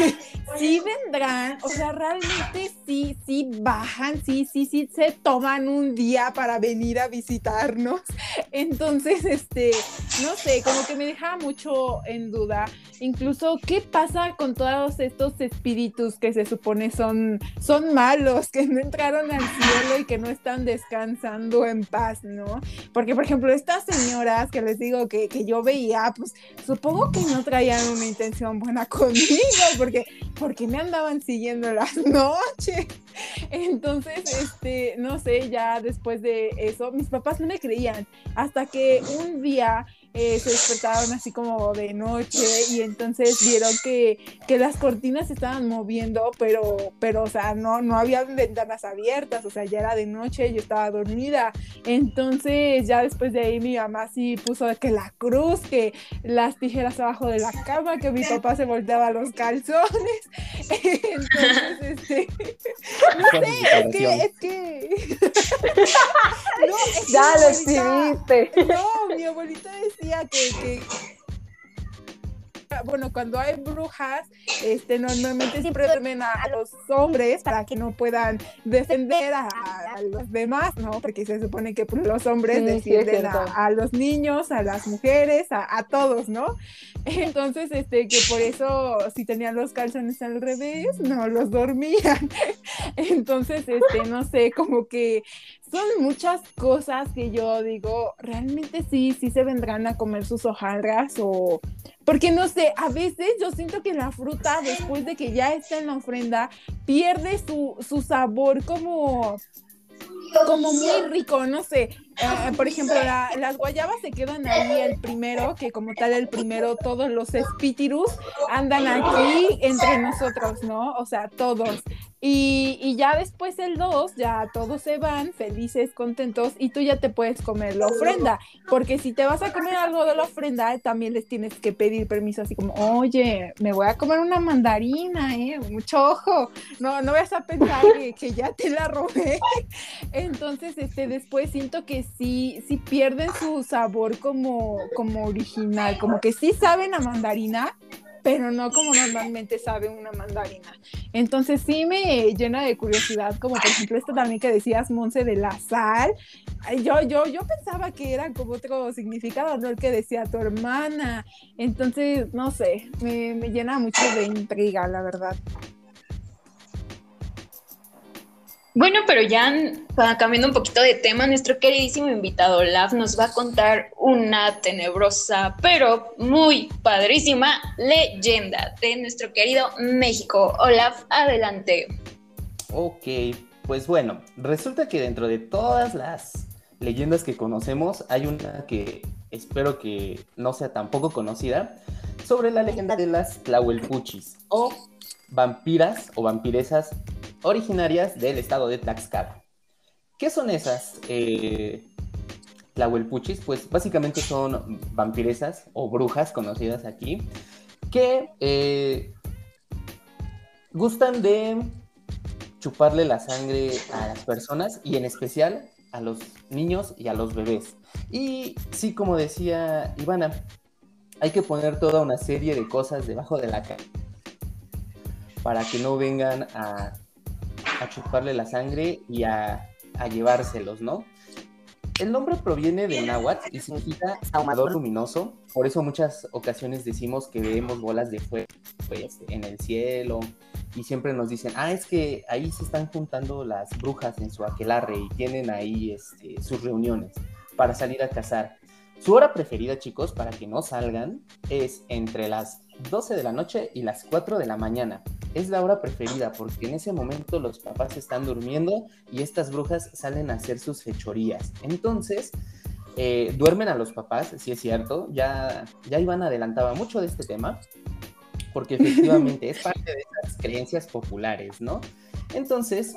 sí vendrán, o sea, realmente sí, sí bajan, sí, sí, sí se toman un día para venir a visitarnos. Entonces, este, no sé, como que me deja mucho en duda, incluso qué pasa con todos estos espíritus que se supone son, son malos, que no entraron al cielo y que no están descansando en paz, ¿no? Porque, por ejemplo, estas señoras que les digo que, que yo veía, pues supongo que no traían una intención buena conmigo, porque, porque me andaban siguiendo en las noches. Entonces, este, no sé, ya después de eso, mis papás no me creían, hasta que un día eh, se despertaron así como de noche y entonces vieron que, que las cortinas se estaban moviendo, pero, pero, o sea, no, no había ventanas abiertas, o sea, ya era de noche, yo estaba dormida. Entonces, ya después de ahí mi mamá sí puso que la cruz, que las tijeras abajo de la cama, que mi papá se volteaba los calzones. Entonces, este, no sé, es que, es que... no, es que ya lo abuelita... exhibiste. No, mi abuelita decía que, que la, bueno, cuando hay brujas, este, normalmente siempre duermen a, a los hombres para que no puedan defender a, a los demás, ¿no? Porque se supone que pues, los hombres Sí, sí, es defienden a, cierto. a los niños, a las mujeres, a, a todos, ¿no? Entonces, este, que por eso, si tenían los calzones al revés, no los dormían. Entonces, este, no sé, como que son muchas cosas que yo digo, realmente sí, sí se vendrán a comer sus hojaldras o... Porque no sé, a veces yo siento que la fruta, después de que ya está en la ofrenda, pierde su, su sabor como... como muy rico, no sé. Uh, por ejemplo, la, las guayabas se quedan ahí el primero, que como tal el primero, todos los espíritus andan aquí entre nosotros, ¿no? O sea, todos. Y, y ya después el dos, ya todos se van felices, contentos, y tú ya te puedes comer la ofrenda, porque si te vas a comer algo de la ofrenda, también les tienes que pedir permiso, así como, oye, me voy a comer una mandarina, ¿eh? Mucho ojo, no, no vas a pensar que, que ya te la robé. Entonces, este, después siento que sí, sí pierden su sabor como, como original, como que sí saben a mandarina, pero no como normalmente sabe una mandarina. Entonces sí me llena de curiosidad, como por ejemplo esto también que decías, Monse, de la sal. Ay, Yo, yo, yo pensaba que era como otro significado, no el que decía tu hermana. Entonces, no sé, me, me llena mucho de intriga, la verdad. Bueno, pero ya pa- cambiando un poquito de tema, nuestro queridísimo invitado Olaf nos va a contar una tenebrosa, pero muy padrísima leyenda de nuestro querido México. Olaf, adelante. Ok, pues bueno, resulta que dentro de todas las leyendas que conocemos, hay una que espero que no sea tan poco conocida, sobre la leyenda de las Tlahuelpuchis, o vampiras o vampiresas originarias del estado de Tlaxcala. ¿Qué son esas eh, Tlahuelpuchis? Pues básicamente son vampiresas o brujas conocidas aquí, que eh, gustan de chuparle la sangre a las personas y en especial a los niños y a los bebés. Y sí, como decía Ivana, hay que poner toda una serie de cosas debajo de la cama para que no vengan a, a chuparle la sangre y a, a llevárselos, ¿no? El nombre proviene del náhuatl y significa ahumador luminoso, por eso muchas ocasiones decimos que vemos bolas de fuego pues, en el cielo, y siempre nos dicen, ah, es que ahí se están juntando las brujas en su aquelarre y tienen ahí este, sus reuniones para salir a cazar. Su hora preferida, chicos, para que no salgan, es entre las doce de la noche y las cuatro de la mañana. Es la hora preferida porque en ese momento los papás están durmiendo y estas brujas salen a hacer sus fechorías. Entonces, eh, duermen a los papás, sí es cierto. Ya, ya Iván adelantaba mucho de este tema, porque efectivamente es parte de esas creencias populares, ¿no? Entonces,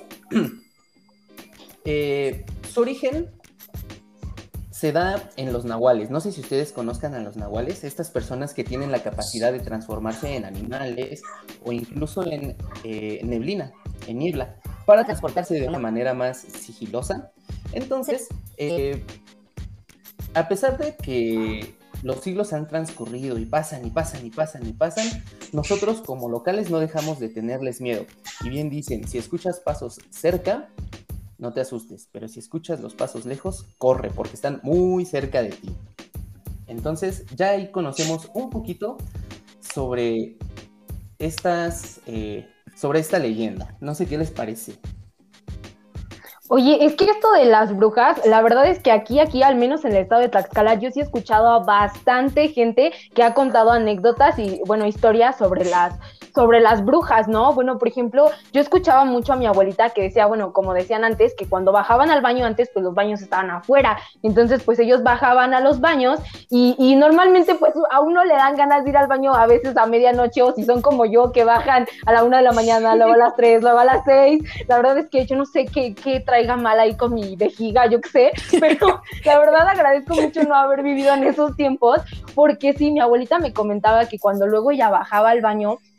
eh, su origen se da en los nahuales. No sé si ustedes conozcan a los nahuales, estas personas que tienen la capacidad de transformarse en animales o incluso en eh, neblina, en niebla, para transportarse de una manera más sigilosa. Entonces, eh, a pesar de que los siglos han transcurrido y pasan y pasan y pasan y pasan, nosotros como locales no dejamos de tenerles miedo. Y bien dicen, si escuchas pasos cerca, no te asustes, pero si escuchas los pasos lejos, corre, porque están muy cerca de ti. Entonces, ya ahí conocemos un poquito sobre estas, eh, sobre esta leyenda. No sé qué les parece. Oye, es que esto de las brujas, la verdad es que aquí, aquí, al menos en el estado de Tlaxcala, yo sí he escuchado a bastante gente que ha contado anécdotas y, bueno, historias sobre las, sobre las brujas, ¿no? Bueno, por ejemplo, yo escuchaba mucho a mi abuelita que decía, bueno, como decían antes, que cuando bajaban al baño antes, pues los baños estaban afuera, entonces pues ellos bajaban a los baños y, y normalmente pues a uno le dan ganas de ir al baño a veces a medianoche, o si son como yo, que bajan a la una de la mañana, luego a las tres, luego a las seis, la verdad es que yo no sé qué, qué traiga mal ahí con mi vejiga, yo qué sé, pero la verdad agradezco mucho no haber vivido en esos tiempos, porque sí, mi abuelita me comentaba que cuando luego ella bajaba al baño,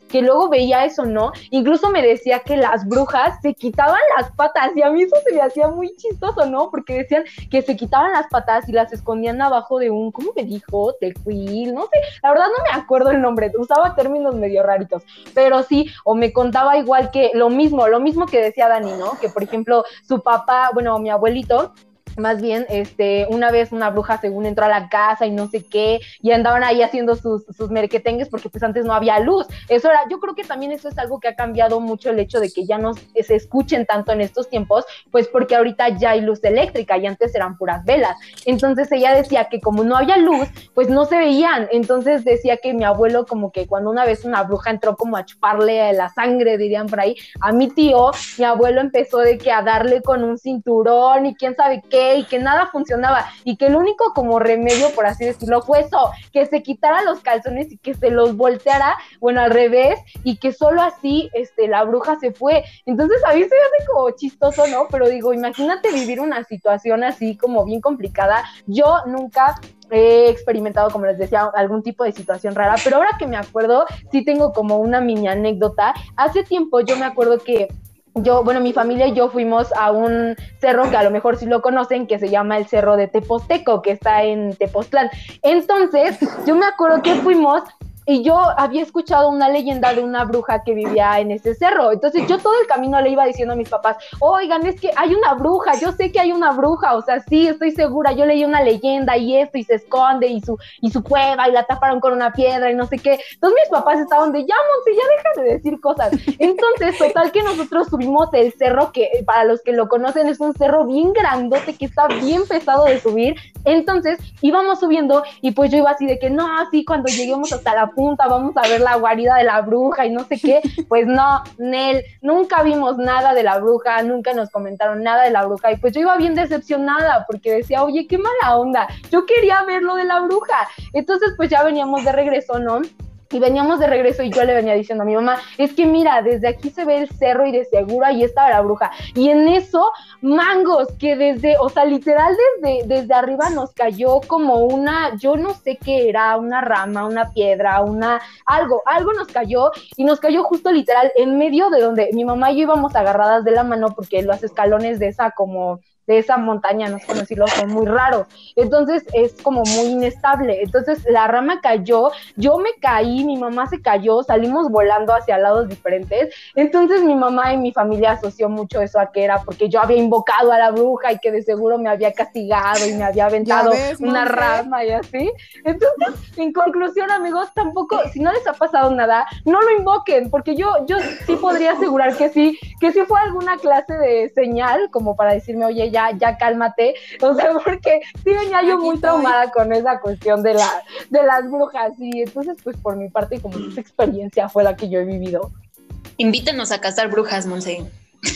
que luego veía eso, ¿no? Incluso me decía que las brujas se quitaban las patas y a mí eso se me hacía muy chistoso, ¿no? Porque decían que se quitaban las patas y las escondían abajo de un, ¿cómo me dijo? Tecuil, no sé, la verdad no me acuerdo el nombre, usaba términos medio raritos, pero sí, o me contaba igual que lo mismo, lo mismo que decía Dani, ¿no? Que por ejemplo, su papá, bueno, mi abuelito, más bien, este, una vez una bruja según entró a la casa y no sé qué, y andaban ahí haciendo sus, sus merquetengues porque pues antes no había luz. Eso era, yo creo que también eso es algo que ha cambiado mucho el hecho de que ya no se escuchen tanto en estos tiempos, pues porque ahorita ya hay luz eléctrica y antes eran puras velas. Entonces ella decía que como no había luz, pues no se veían. Entonces decía que mi abuelo como que cuando una vez una bruja entró como a chuparle la sangre, dirían por ahí, a mi tío, mi abuelo empezó de que a darle con un cinturón y quién sabe qué, y que nada funcionaba, y que el único como remedio, por así decirlo, fue eso, que se quitara los calzones y que se los volteara, bueno, al revés, y que solo así este, la bruja se fue. Entonces a mí se me hace como chistoso, ¿no? Pero digo, imagínate vivir una situación así como bien complicada. Yo nunca he experimentado, como les decía, algún tipo de situación rara, pero ahora que me acuerdo, sí tengo como una mini anécdota. Hace tiempo yo me acuerdo que yo, bueno, mi familia y yo fuimos a un cerro que a lo mejor sí lo conocen, que se llama el Cerro de Teposteco, que está en Tepoztlán. Entonces, yo me acuerdo que fuimos y yo había escuchado una leyenda de una bruja que vivía en ese cerro. Entonces yo todo el camino le iba diciendo a mis papás, oigan, es que hay una bruja, yo sé que hay una bruja, o sea, sí, estoy segura, yo leí una leyenda y esto, y se esconde, y su, y su cueva, y la taparon con una piedra, y no sé qué. Entonces mis papás estaban de, ya, Monse, ya deja de decir cosas. Entonces, total que nosotros subimos el cerro, que para los que lo conocen es un cerro bien grandote, que está bien pesado de subir. Entonces íbamos subiendo, y pues yo iba así de que, no, sí, cuando lleguemos hasta la punta, vamos a ver la guarida de la bruja y no sé qué. Pues no, Nel, nunca vimos nada de la bruja, nunca nos comentaron nada de la bruja, y pues yo iba bien decepcionada porque decía, oye, qué mala onda, yo quería ver lo de la bruja. Entonces pues ya veníamos de regreso, ¿no? Y veníamos de regreso y yo le venía diciendo a mi mamá, es que mira, desde aquí se ve el cerro y de seguro ahí estaba la bruja. Y en eso, mangos, que desde, o sea, literal desde, desde arriba nos cayó como una, yo no sé qué era, una rama, una piedra, una, algo, algo nos cayó, y nos cayó justo literal en medio de donde mi mamá y yo íbamos agarradas de la mano, porque los escalones de esa como... de esa montaña, no sé cómo decirlo, son muy raros, entonces es como muy inestable. Entonces la rama cayó, yo me caí, mi mamá se cayó, salimos volando hacia lados diferentes. Entonces mi mamá y mi familia asoció mucho eso a que era porque yo había invocado a la bruja y que de seguro me había castigado y me había aventado ves, una Monse? Rama y así. Entonces, en conclusión, amigos, tampoco, si no les ha pasado nada, no lo invoquen, porque yo, yo sí podría asegurar que sí, que sí fue alguna clase de señal como para decirme, oye, ya, ya cálmate, o sea, porque sí venía yo muy traumada con esa cuestión de, la, de las brujas, y entonces pues por mi parte como esa experiencia fue la que yo he vivido. Invítanos a cazar brujas, Monse.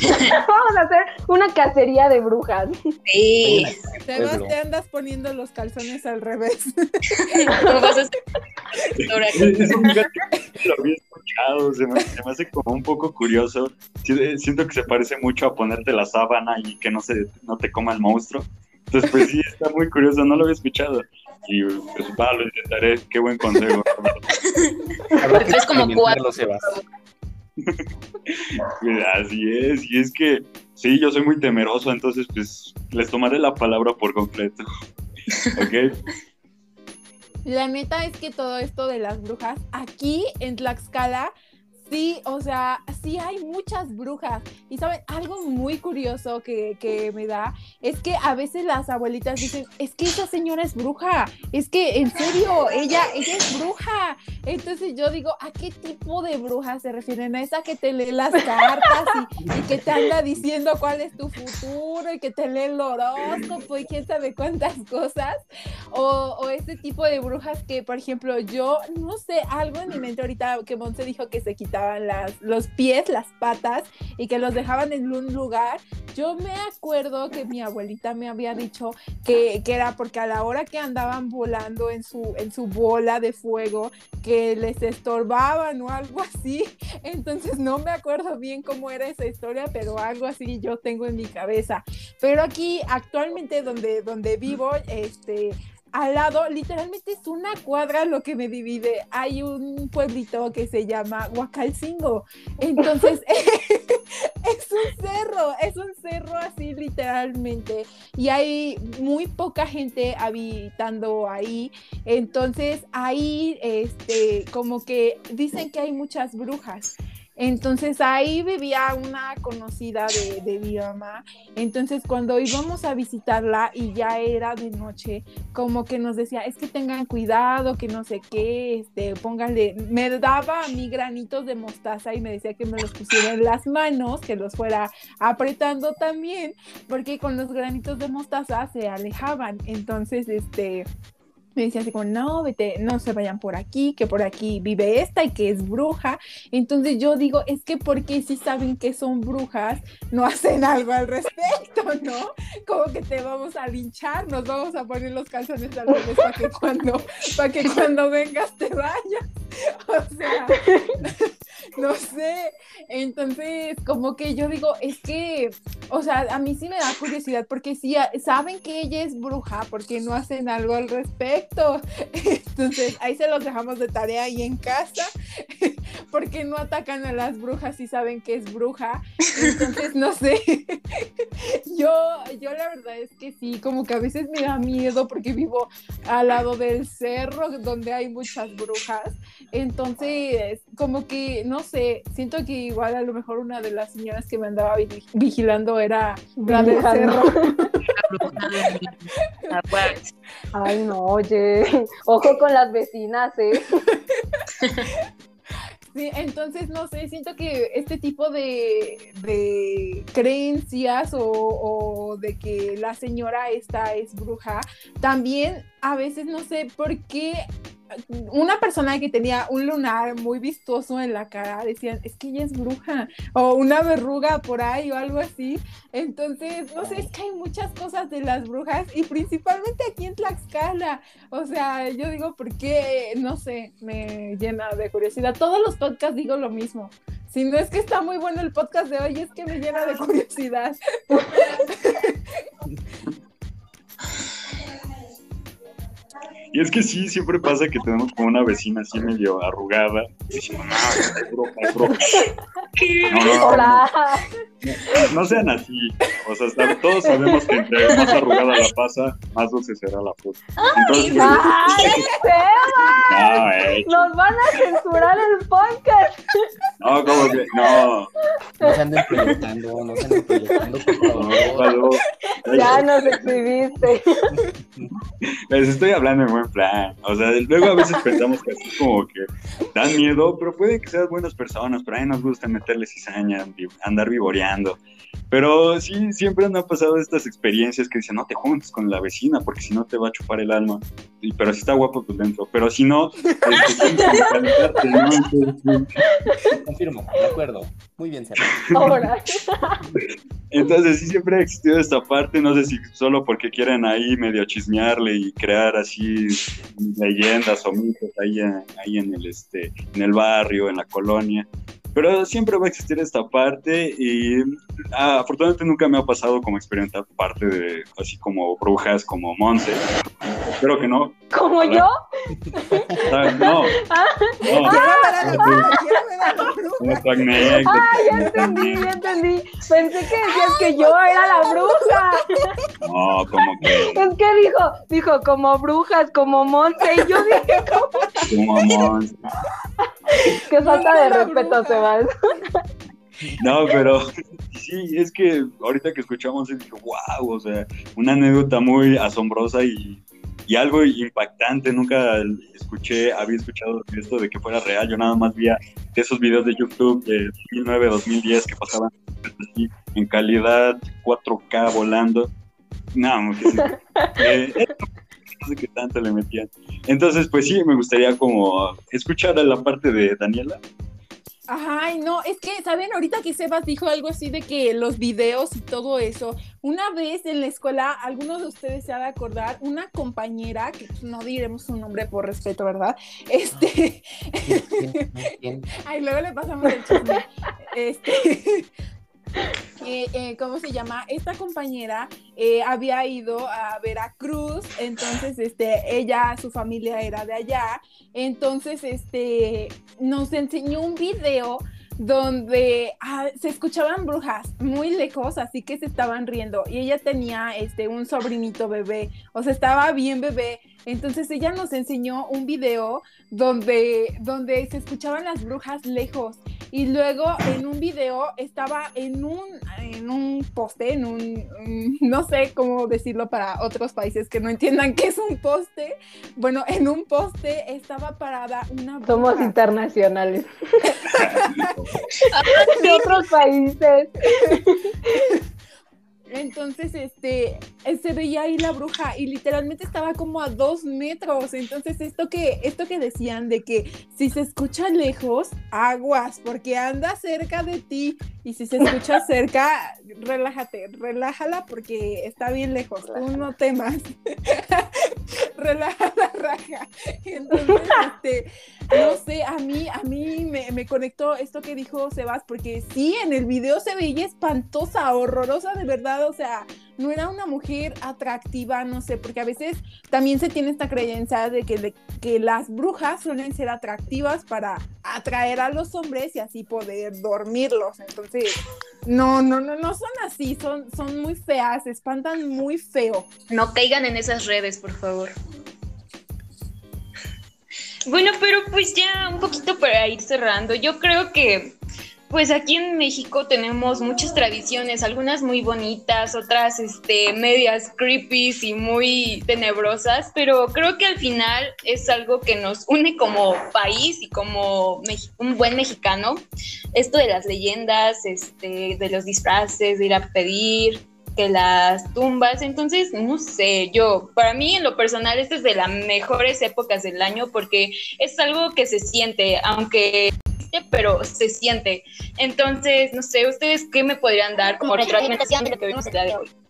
Vamos a hacer una cacería de brujas. Sí. Sebas, te andas poniendo los calzones al revés. ¿Cómo vas a hacer? Eso lo había escuchado, se me, se me hace como un poco curioso. Siento que se parece mucho a ponerte la sábana y que no, se, no te coma el monstruo. Entonces, pues sí, está muy curioso, no lo había escuchado. Y pues va, lo intentaré, qué buen consejo. Es como cuatro. Sebas. Así es, y es que sí, yo soy muy temeroso, entonces pues les tomaré la palabra por completo. ¿Ok? La neta es que todo esto de las brujas, aquí en Tlaxcala, sí, o sea, sí hay muchas brujas. Y saben, algo muy curioso que, que me da es que a veces las abuelitas dicen, es que esa señora es bruja, es que en serio, ella, ella es bruja. Entonces yo digo, ¿a qué tipo de bruja se refieren? ¿A esa que te lee las cartas y, y que te anda diciendo cuál es tu futuro y que te lee el horóscopo y quién sabe cuántas cosas? O, o ese tipo de brujas que, por ejemplo, yo, no sé, algo en mi mente ahorita que Monse dijo que se quitaba Las, los pies, las patas, y que los dejaban en un lugar. Yo me acuerdo que mi abuelita me había dicho que, que era porque a la hora que andaban volando en su, en su bola de fuego, que les estorbaban o algo así. Entonces no me acuerdo bien cómo era esa historia, pero algo así yo tengo en mi cabeza. Pero aquí actualmente donde, donde vivo, este... al lado, literalmente es una cuadra lo que me divide. Hay un pueblito que se llama Huacalcingo. Entonces, es un cerro, es un cerro así literalmente. Y hay muy poca gente habitando ahí. Entonces, ahí, este, como que dicen que hay muchas brujas. Entonces ahí vivía una conocida de, de mi mamá. Entonces cuando íbamos a visitarla y ya era de noche, como que nos decía, es que tengan cuidado, que no sé qué, este, pónganle, me daba a mí granitos de mostaza y me decía que me los pusiera en las manos, que los fuera apretando también, porque con los granitos de mostaza se alejaban. Entonces, este... me decía así como, no, vete, no se vayan por aquí, que por aquí vive esta y que es bruja. Entonces yo digo, es que porque si saben que son brujas, no hacen algo al respecto, ¿no? Como que te vamos a linchar, nos vamos a poner los calzones al revés para que cuando, para que cuando vengas te vayas. O sea, no sé. Entonces, como que yo digo, es que, o sea, a mí sí me da curiosidad, porque si saben que ella es bruja, porque no hacen algo al respecto. Entonces ahí se los dejamos de tarea ahí en casa, porque no atacan a las brujas si saben que es bruja. Entonces no sé. yo yo la verdad es que sí, como que a veces me da miedo porque vivo al lado del cerro donde hay muchas brujas. Entonces como que no sé, siento que igual a lo mejor una de las señoras que me andaba vigilando era la del cerro. Ay, no, oye, ojo con las vecinas, ¿eh? Sí, entonces, no sé, siento que este tipo de, de creencias o, o de que la señora esta es bruja, también a veces no sé por qué una persona que tenía un lunar muy vistoso en la cara decían, es que ella es bruja, o una verruga por ahí o algo así. Entonces, no sé, es que hay muchas cosas de las brujas y principalmente aquí en Tlaxcala. O sea, yo digo, ¿por qué? No sé, me llena de curiosidad. Todos los podcasts digo lo mismo. Si no es que está muy bueno el podcast de hoy, es que me llena de curiosidad. Y es que sí, siempre pasa que tenemos como una vecina así medio arrugada. Y decimos, no, es bruja, es bruja. No, no, Hola. no, no sean así. O sea, sab- todos sabemos que entre más arrugada la pasa, más dulce será la fruta. Entonces, ¡Ay, Seba! no, eh, Nos van a censurar el podcast. no, como que, no. No se anden proyectando, no se anden proyectando, por No, favor. no, Ya nos exhibiste. Les estoy hablando en buen plan. O sea, luego a veces pensamos que así como que dan miedo, pero puede que sean buenas personas, pero a mí nos gusta meterle cizaña, vi- andar vivoreando. Pero sí, siempre han pasado estas experiencias que dicen, no te juntes con la vecina, porque si no te va a chupar el alma. Y, pero si está guapo, pues dentro. Pero si no, este, tienes que calentarte, ¿no? Entonces, Confirmo, de acuerdo. Muy bien, Sara. Ahora. Entonces sí siempre ha existido esta parte, no sé si solo porque quieren ahí medio chismearle y crear así leyendas o mitos ahí en, ahí en el este, en el barrio, en la colonia. Pero siempre va a existir esta parte y ah, afortunadamente nunca me ha pasado como experimentar parte de así como brujas como Monse. Espero que no. ¿Como yo? ¿Sabes? No. No. Quiero ver a la bruja, quiero ver a la bruja. Como tu anécdota, Ah, ya como tu entendí, ya anécdota. entendí. Pensé que decías que yo era la bruja. No, como que Es que dijo, dijo como brujas, como monte. Y yo dije, ¿cómo? como Monse. Qué falta de No, la respeto, bruja. Sebas. No, pero sí, es que ahorita que escuchamos dije, wow, o sea, una anécdota muy asombrosa y, y algo impactante. Nunca escuché, había escuchado esto de que fuera real. Yo nada más veía esos videos de YouTube de dos mil nueve, dos mil diez que pasaban así en calidad cuatro K volando. No, que sí. Eh, no sé qué tanto le metían. Entonces, pues sí, me gustaría como escuchar a la parte de Daniela. Ay, no, es que, ¿saben? Ahorita que Sebas dijo algo así de que los videos y todo eso, una vez en la escuela, algunos de ustedes se ha de acordar, una compañera, que pues, no diremos su nombre por respeto, ¿verdad? Este, ¿Quién? ¿Quién? ay, luego le pasamos el chisme, este, eh, eh, ¿cómo se llama? Esta compañera eh, había ido a Veracruz, entonces este, ella, su familia era de allá, entonces este, nos enseñó un video donde ah, se escuchaban brujas muy lejos, así que se estaban riendo, y ella tenía este, un sobrinito bebé, o sea, estaba bien bebé. Entonces ella nos enseñó un video donde, donde se escuchaban las brujas lejos, y luego en un video estaba en un, en un poste, en un, um, no sé cómo decirlo para otros países que no entiendan qué es un poste. Bueno, en un poste estaba parada una bruja. Somos internacionales. De otros países. Entonces, este, se veía ahí la bruja y literalmente estaba como a dos metros. Entonces, esto que, esto que decían de que si se escucha lejos, aguas, porque anda cerca de ti. Y si se escucha cerca, relájate, relájala porque está bien lejos. Tú no temas. Relaja la raja. Entonces, este, no sé, a mí, a mí me, me conectó esto que dijo Sebas, porque sí, en el video se veía espantosa, horrorosa, de verdad. O sea, no era una mujer atractiva, no sé, porque a veces también se tiene esta creencia de que, de que las brujas suelen ser atractivas para atraer a los hombres y así poder dormirlos. Entonces, no, no, no, no son así, son, son muy feas, se espantan muy feo. No caigan en esas redes, por favor. Bueno, pero pues ya un poquito para ir cerrando, yo creo que pues aquí en México tenemos muchas tradiciones, algunas muy bonitas, otras este, medias creepy y muy tenebrosas, pero creo que al final es algo que nos une como país y como mex- un buen mexicano. Esto de las leyendas, este, de los disfraces, de ir a pedir, que las tumbas, entonces, no sé, yo, para mí en lo personal, esta es de las mejores épocas del año porque es algo que se siente, aunque pero se siente. Entonces, no sé, ¿ustedes qué me podrían dar como retroalimentación de lo que vimos el día de hoy?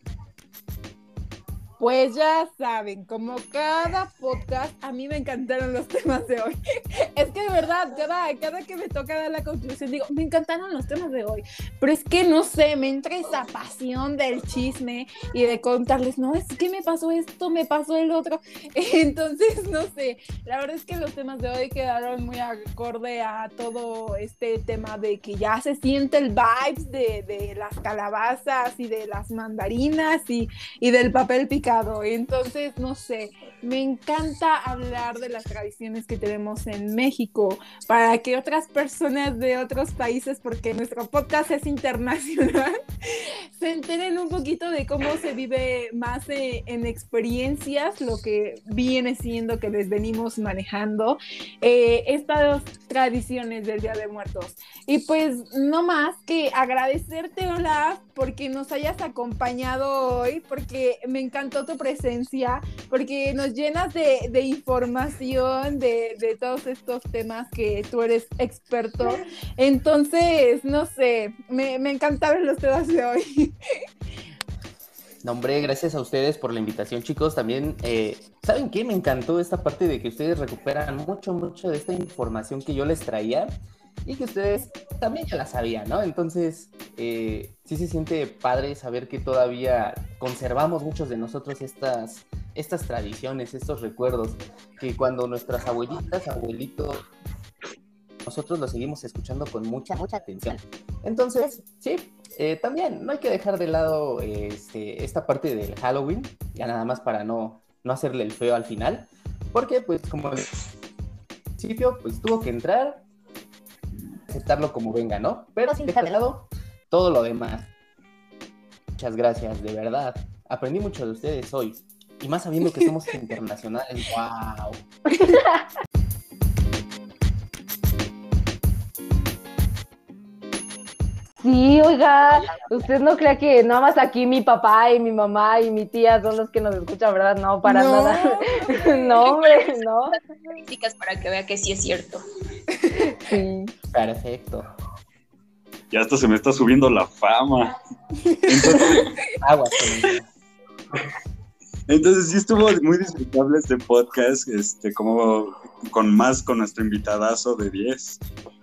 Pues ya saben, como cada podcast, a mí me encantaron los temas de hoy. Es que de verdad, cada, cada que me toca dar la conclusión, digo, me encantaron los temas de hoy. Pero es que, no sé, me entra esa pasión del chisme y de contarles, no, es que me pasó esto, me pasó el otro. Entonces, no sé, la verdad es que los temas de hoy quedaron muy acorde a todo este tema de que ya se siente el vibes de, de las calabazas y de las mandarinas y, y del papel picado. Entonces, no sé, me encanta hablar de las tradiciones que tenemos en México para que otras personas de otros países, porque nuestro podcast es internacional, se enteren un poquito de cómo se vive más eh, en experiencias, lo que viene siendo que les venimos manejando, eh, estas tradiciones del Día de Muertos. Y pues, no más que agradecerte, Olaf, porque nos hayas acompañado hoy, porque me encantó tu presencia, porque nos llenas de, de información de, de todos estos temas que tú eres experto. Entonces, no sé, me, me encantaron los temas de hoy. No, hombre, gracias a ustedes por la invitación, chicos. También, eh, ¿saben qué? Me encantó esta parte de que ustedes recuperan mucho, mucho de esta información que yo les traía y que ustedes también ya la sabían, ¿no? Entonces, eh, sí se siente padre saber que todavía conservamos muchos de nosotros estas, estas tradiciones, estos recuerdos, que cuando nuestras abuelitas, abuelitos, nosotros los seguimos escuchando con mucha, mucha atención. Entonces, sí, eh, también no hay que dejar de lado eh, este, esta parte del Halloween, ya nada más para no, no hacerle el feo al final, porque pues como al principio, pues tuvo que entrar, aceptarlo como venga, ¿no? Pero sin dejar de lado todo lo demás. Muchas gracias, de verdad. Aprendí mucho de ustedes hoy, y más sabiendo que somos internacionales. ¡Wow! Sí, oiga, usted no crea que nada más aquí mi papá y mi mamá y mi tía son los que nos escuchan, ¿verdad? No, para No. nada. No, hombre, no. Estadísticas para que vea que sí es cierto. Sí. Perfecto. Ya hasta se me está subiendo la fama. Entonces, Aguas con ello. entonces sí estuvo muy disfrutable este podcast, este, como con más con nuestro invitadazo de diez.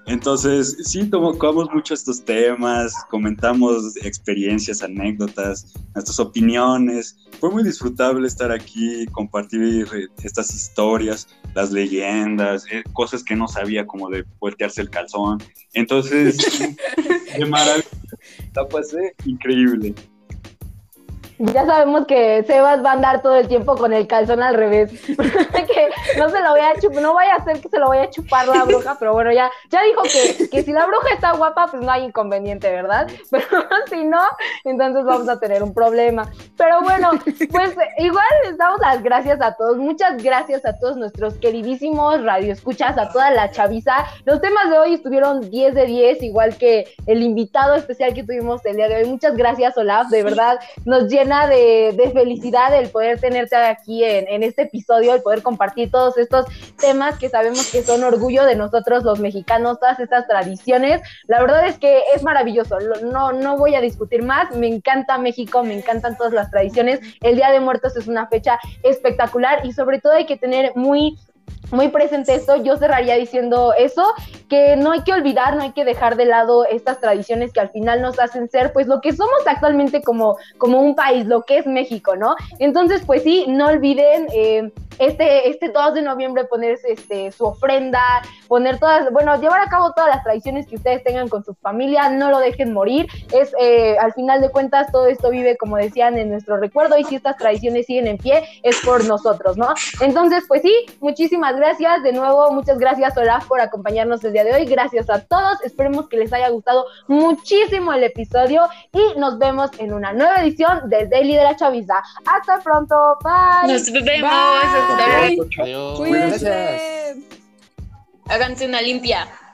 Entonces, sí, tocamos mucho estos temas, comentamos experiencias, anécdotas, nuestras opiniones. Fue muy disfrutable estar aquí, compartir estas historias, las leyendas, eh, cosas que no sabía, como de voltearse el calzón. Entonces, de maravilla, la pasé increíble. Ya sabemos que Sebas va a andar todo el tiempo con el calzón al revés. Que no se lo voy a chupar, no vaya a ser que se lo vaya a chupar la bruja, pero bueno, ya, ya dijo que, que si la bruja está guapa, pues no hay inconveniente, ¿verdad? Pero si no, entonces vamos a tener un problema. Pero bueno, pues igual les damos las gracias a todos. Muchas gracias a todos nuestros queridísimos radioescuchas, a toda la chaviza. Los temas de hoy estuvieron diez de diez, igual que el invitado especial que tuvimos el día de hoy. Muchas gracias, Olaf, de verdad, nos llena De, de felicidad el poder tenerte aquí en, en este episodio, el poder compartir todos estos temas que sabemos que son orgullo de nosotros los mexicanos, todas estas tradiciones. La verdad es que es maravilloso, no, no voy a discutir más, me encanta México, me encantan todas las tradiciones. El Día de Muertos es una fecha espectacular y sobre todo hay que tener muy muy presente esto. Yo cerraría diciendo eso, que no hay que olvidar, no hay que dejar de lado estas tradiciones que al final nos hacen ser pues lo que somos actualmente como, como un país, lo que es México, ¿no? Entonces pues sí, no olviden eh, este, este dos de noviembre poner este, su ofrenda, poner todas, bueno, llevar a cabo todas las tradiciones que ustedes tengan con su familia, no lo dejen morir, es eh, al final de cuentas todo esto vive, como decían, en nuestro recuerdo, y si estas tradiciones siguen en pie es por nosotros, ¿no? Entonces pues sí, muchísimas gracias, de nuevo, muchas gracias Olaf por acompañarnos el día de hoy, gracias a todos, esperemos que les haya gustado muchísimo el episodio y nos vemos en una nueva edición del Daily de la Chaviza. Hasta pronto, bye. Nos vemos. Bye. Adiós. Cuídense. Gracias. Háganse una limpia.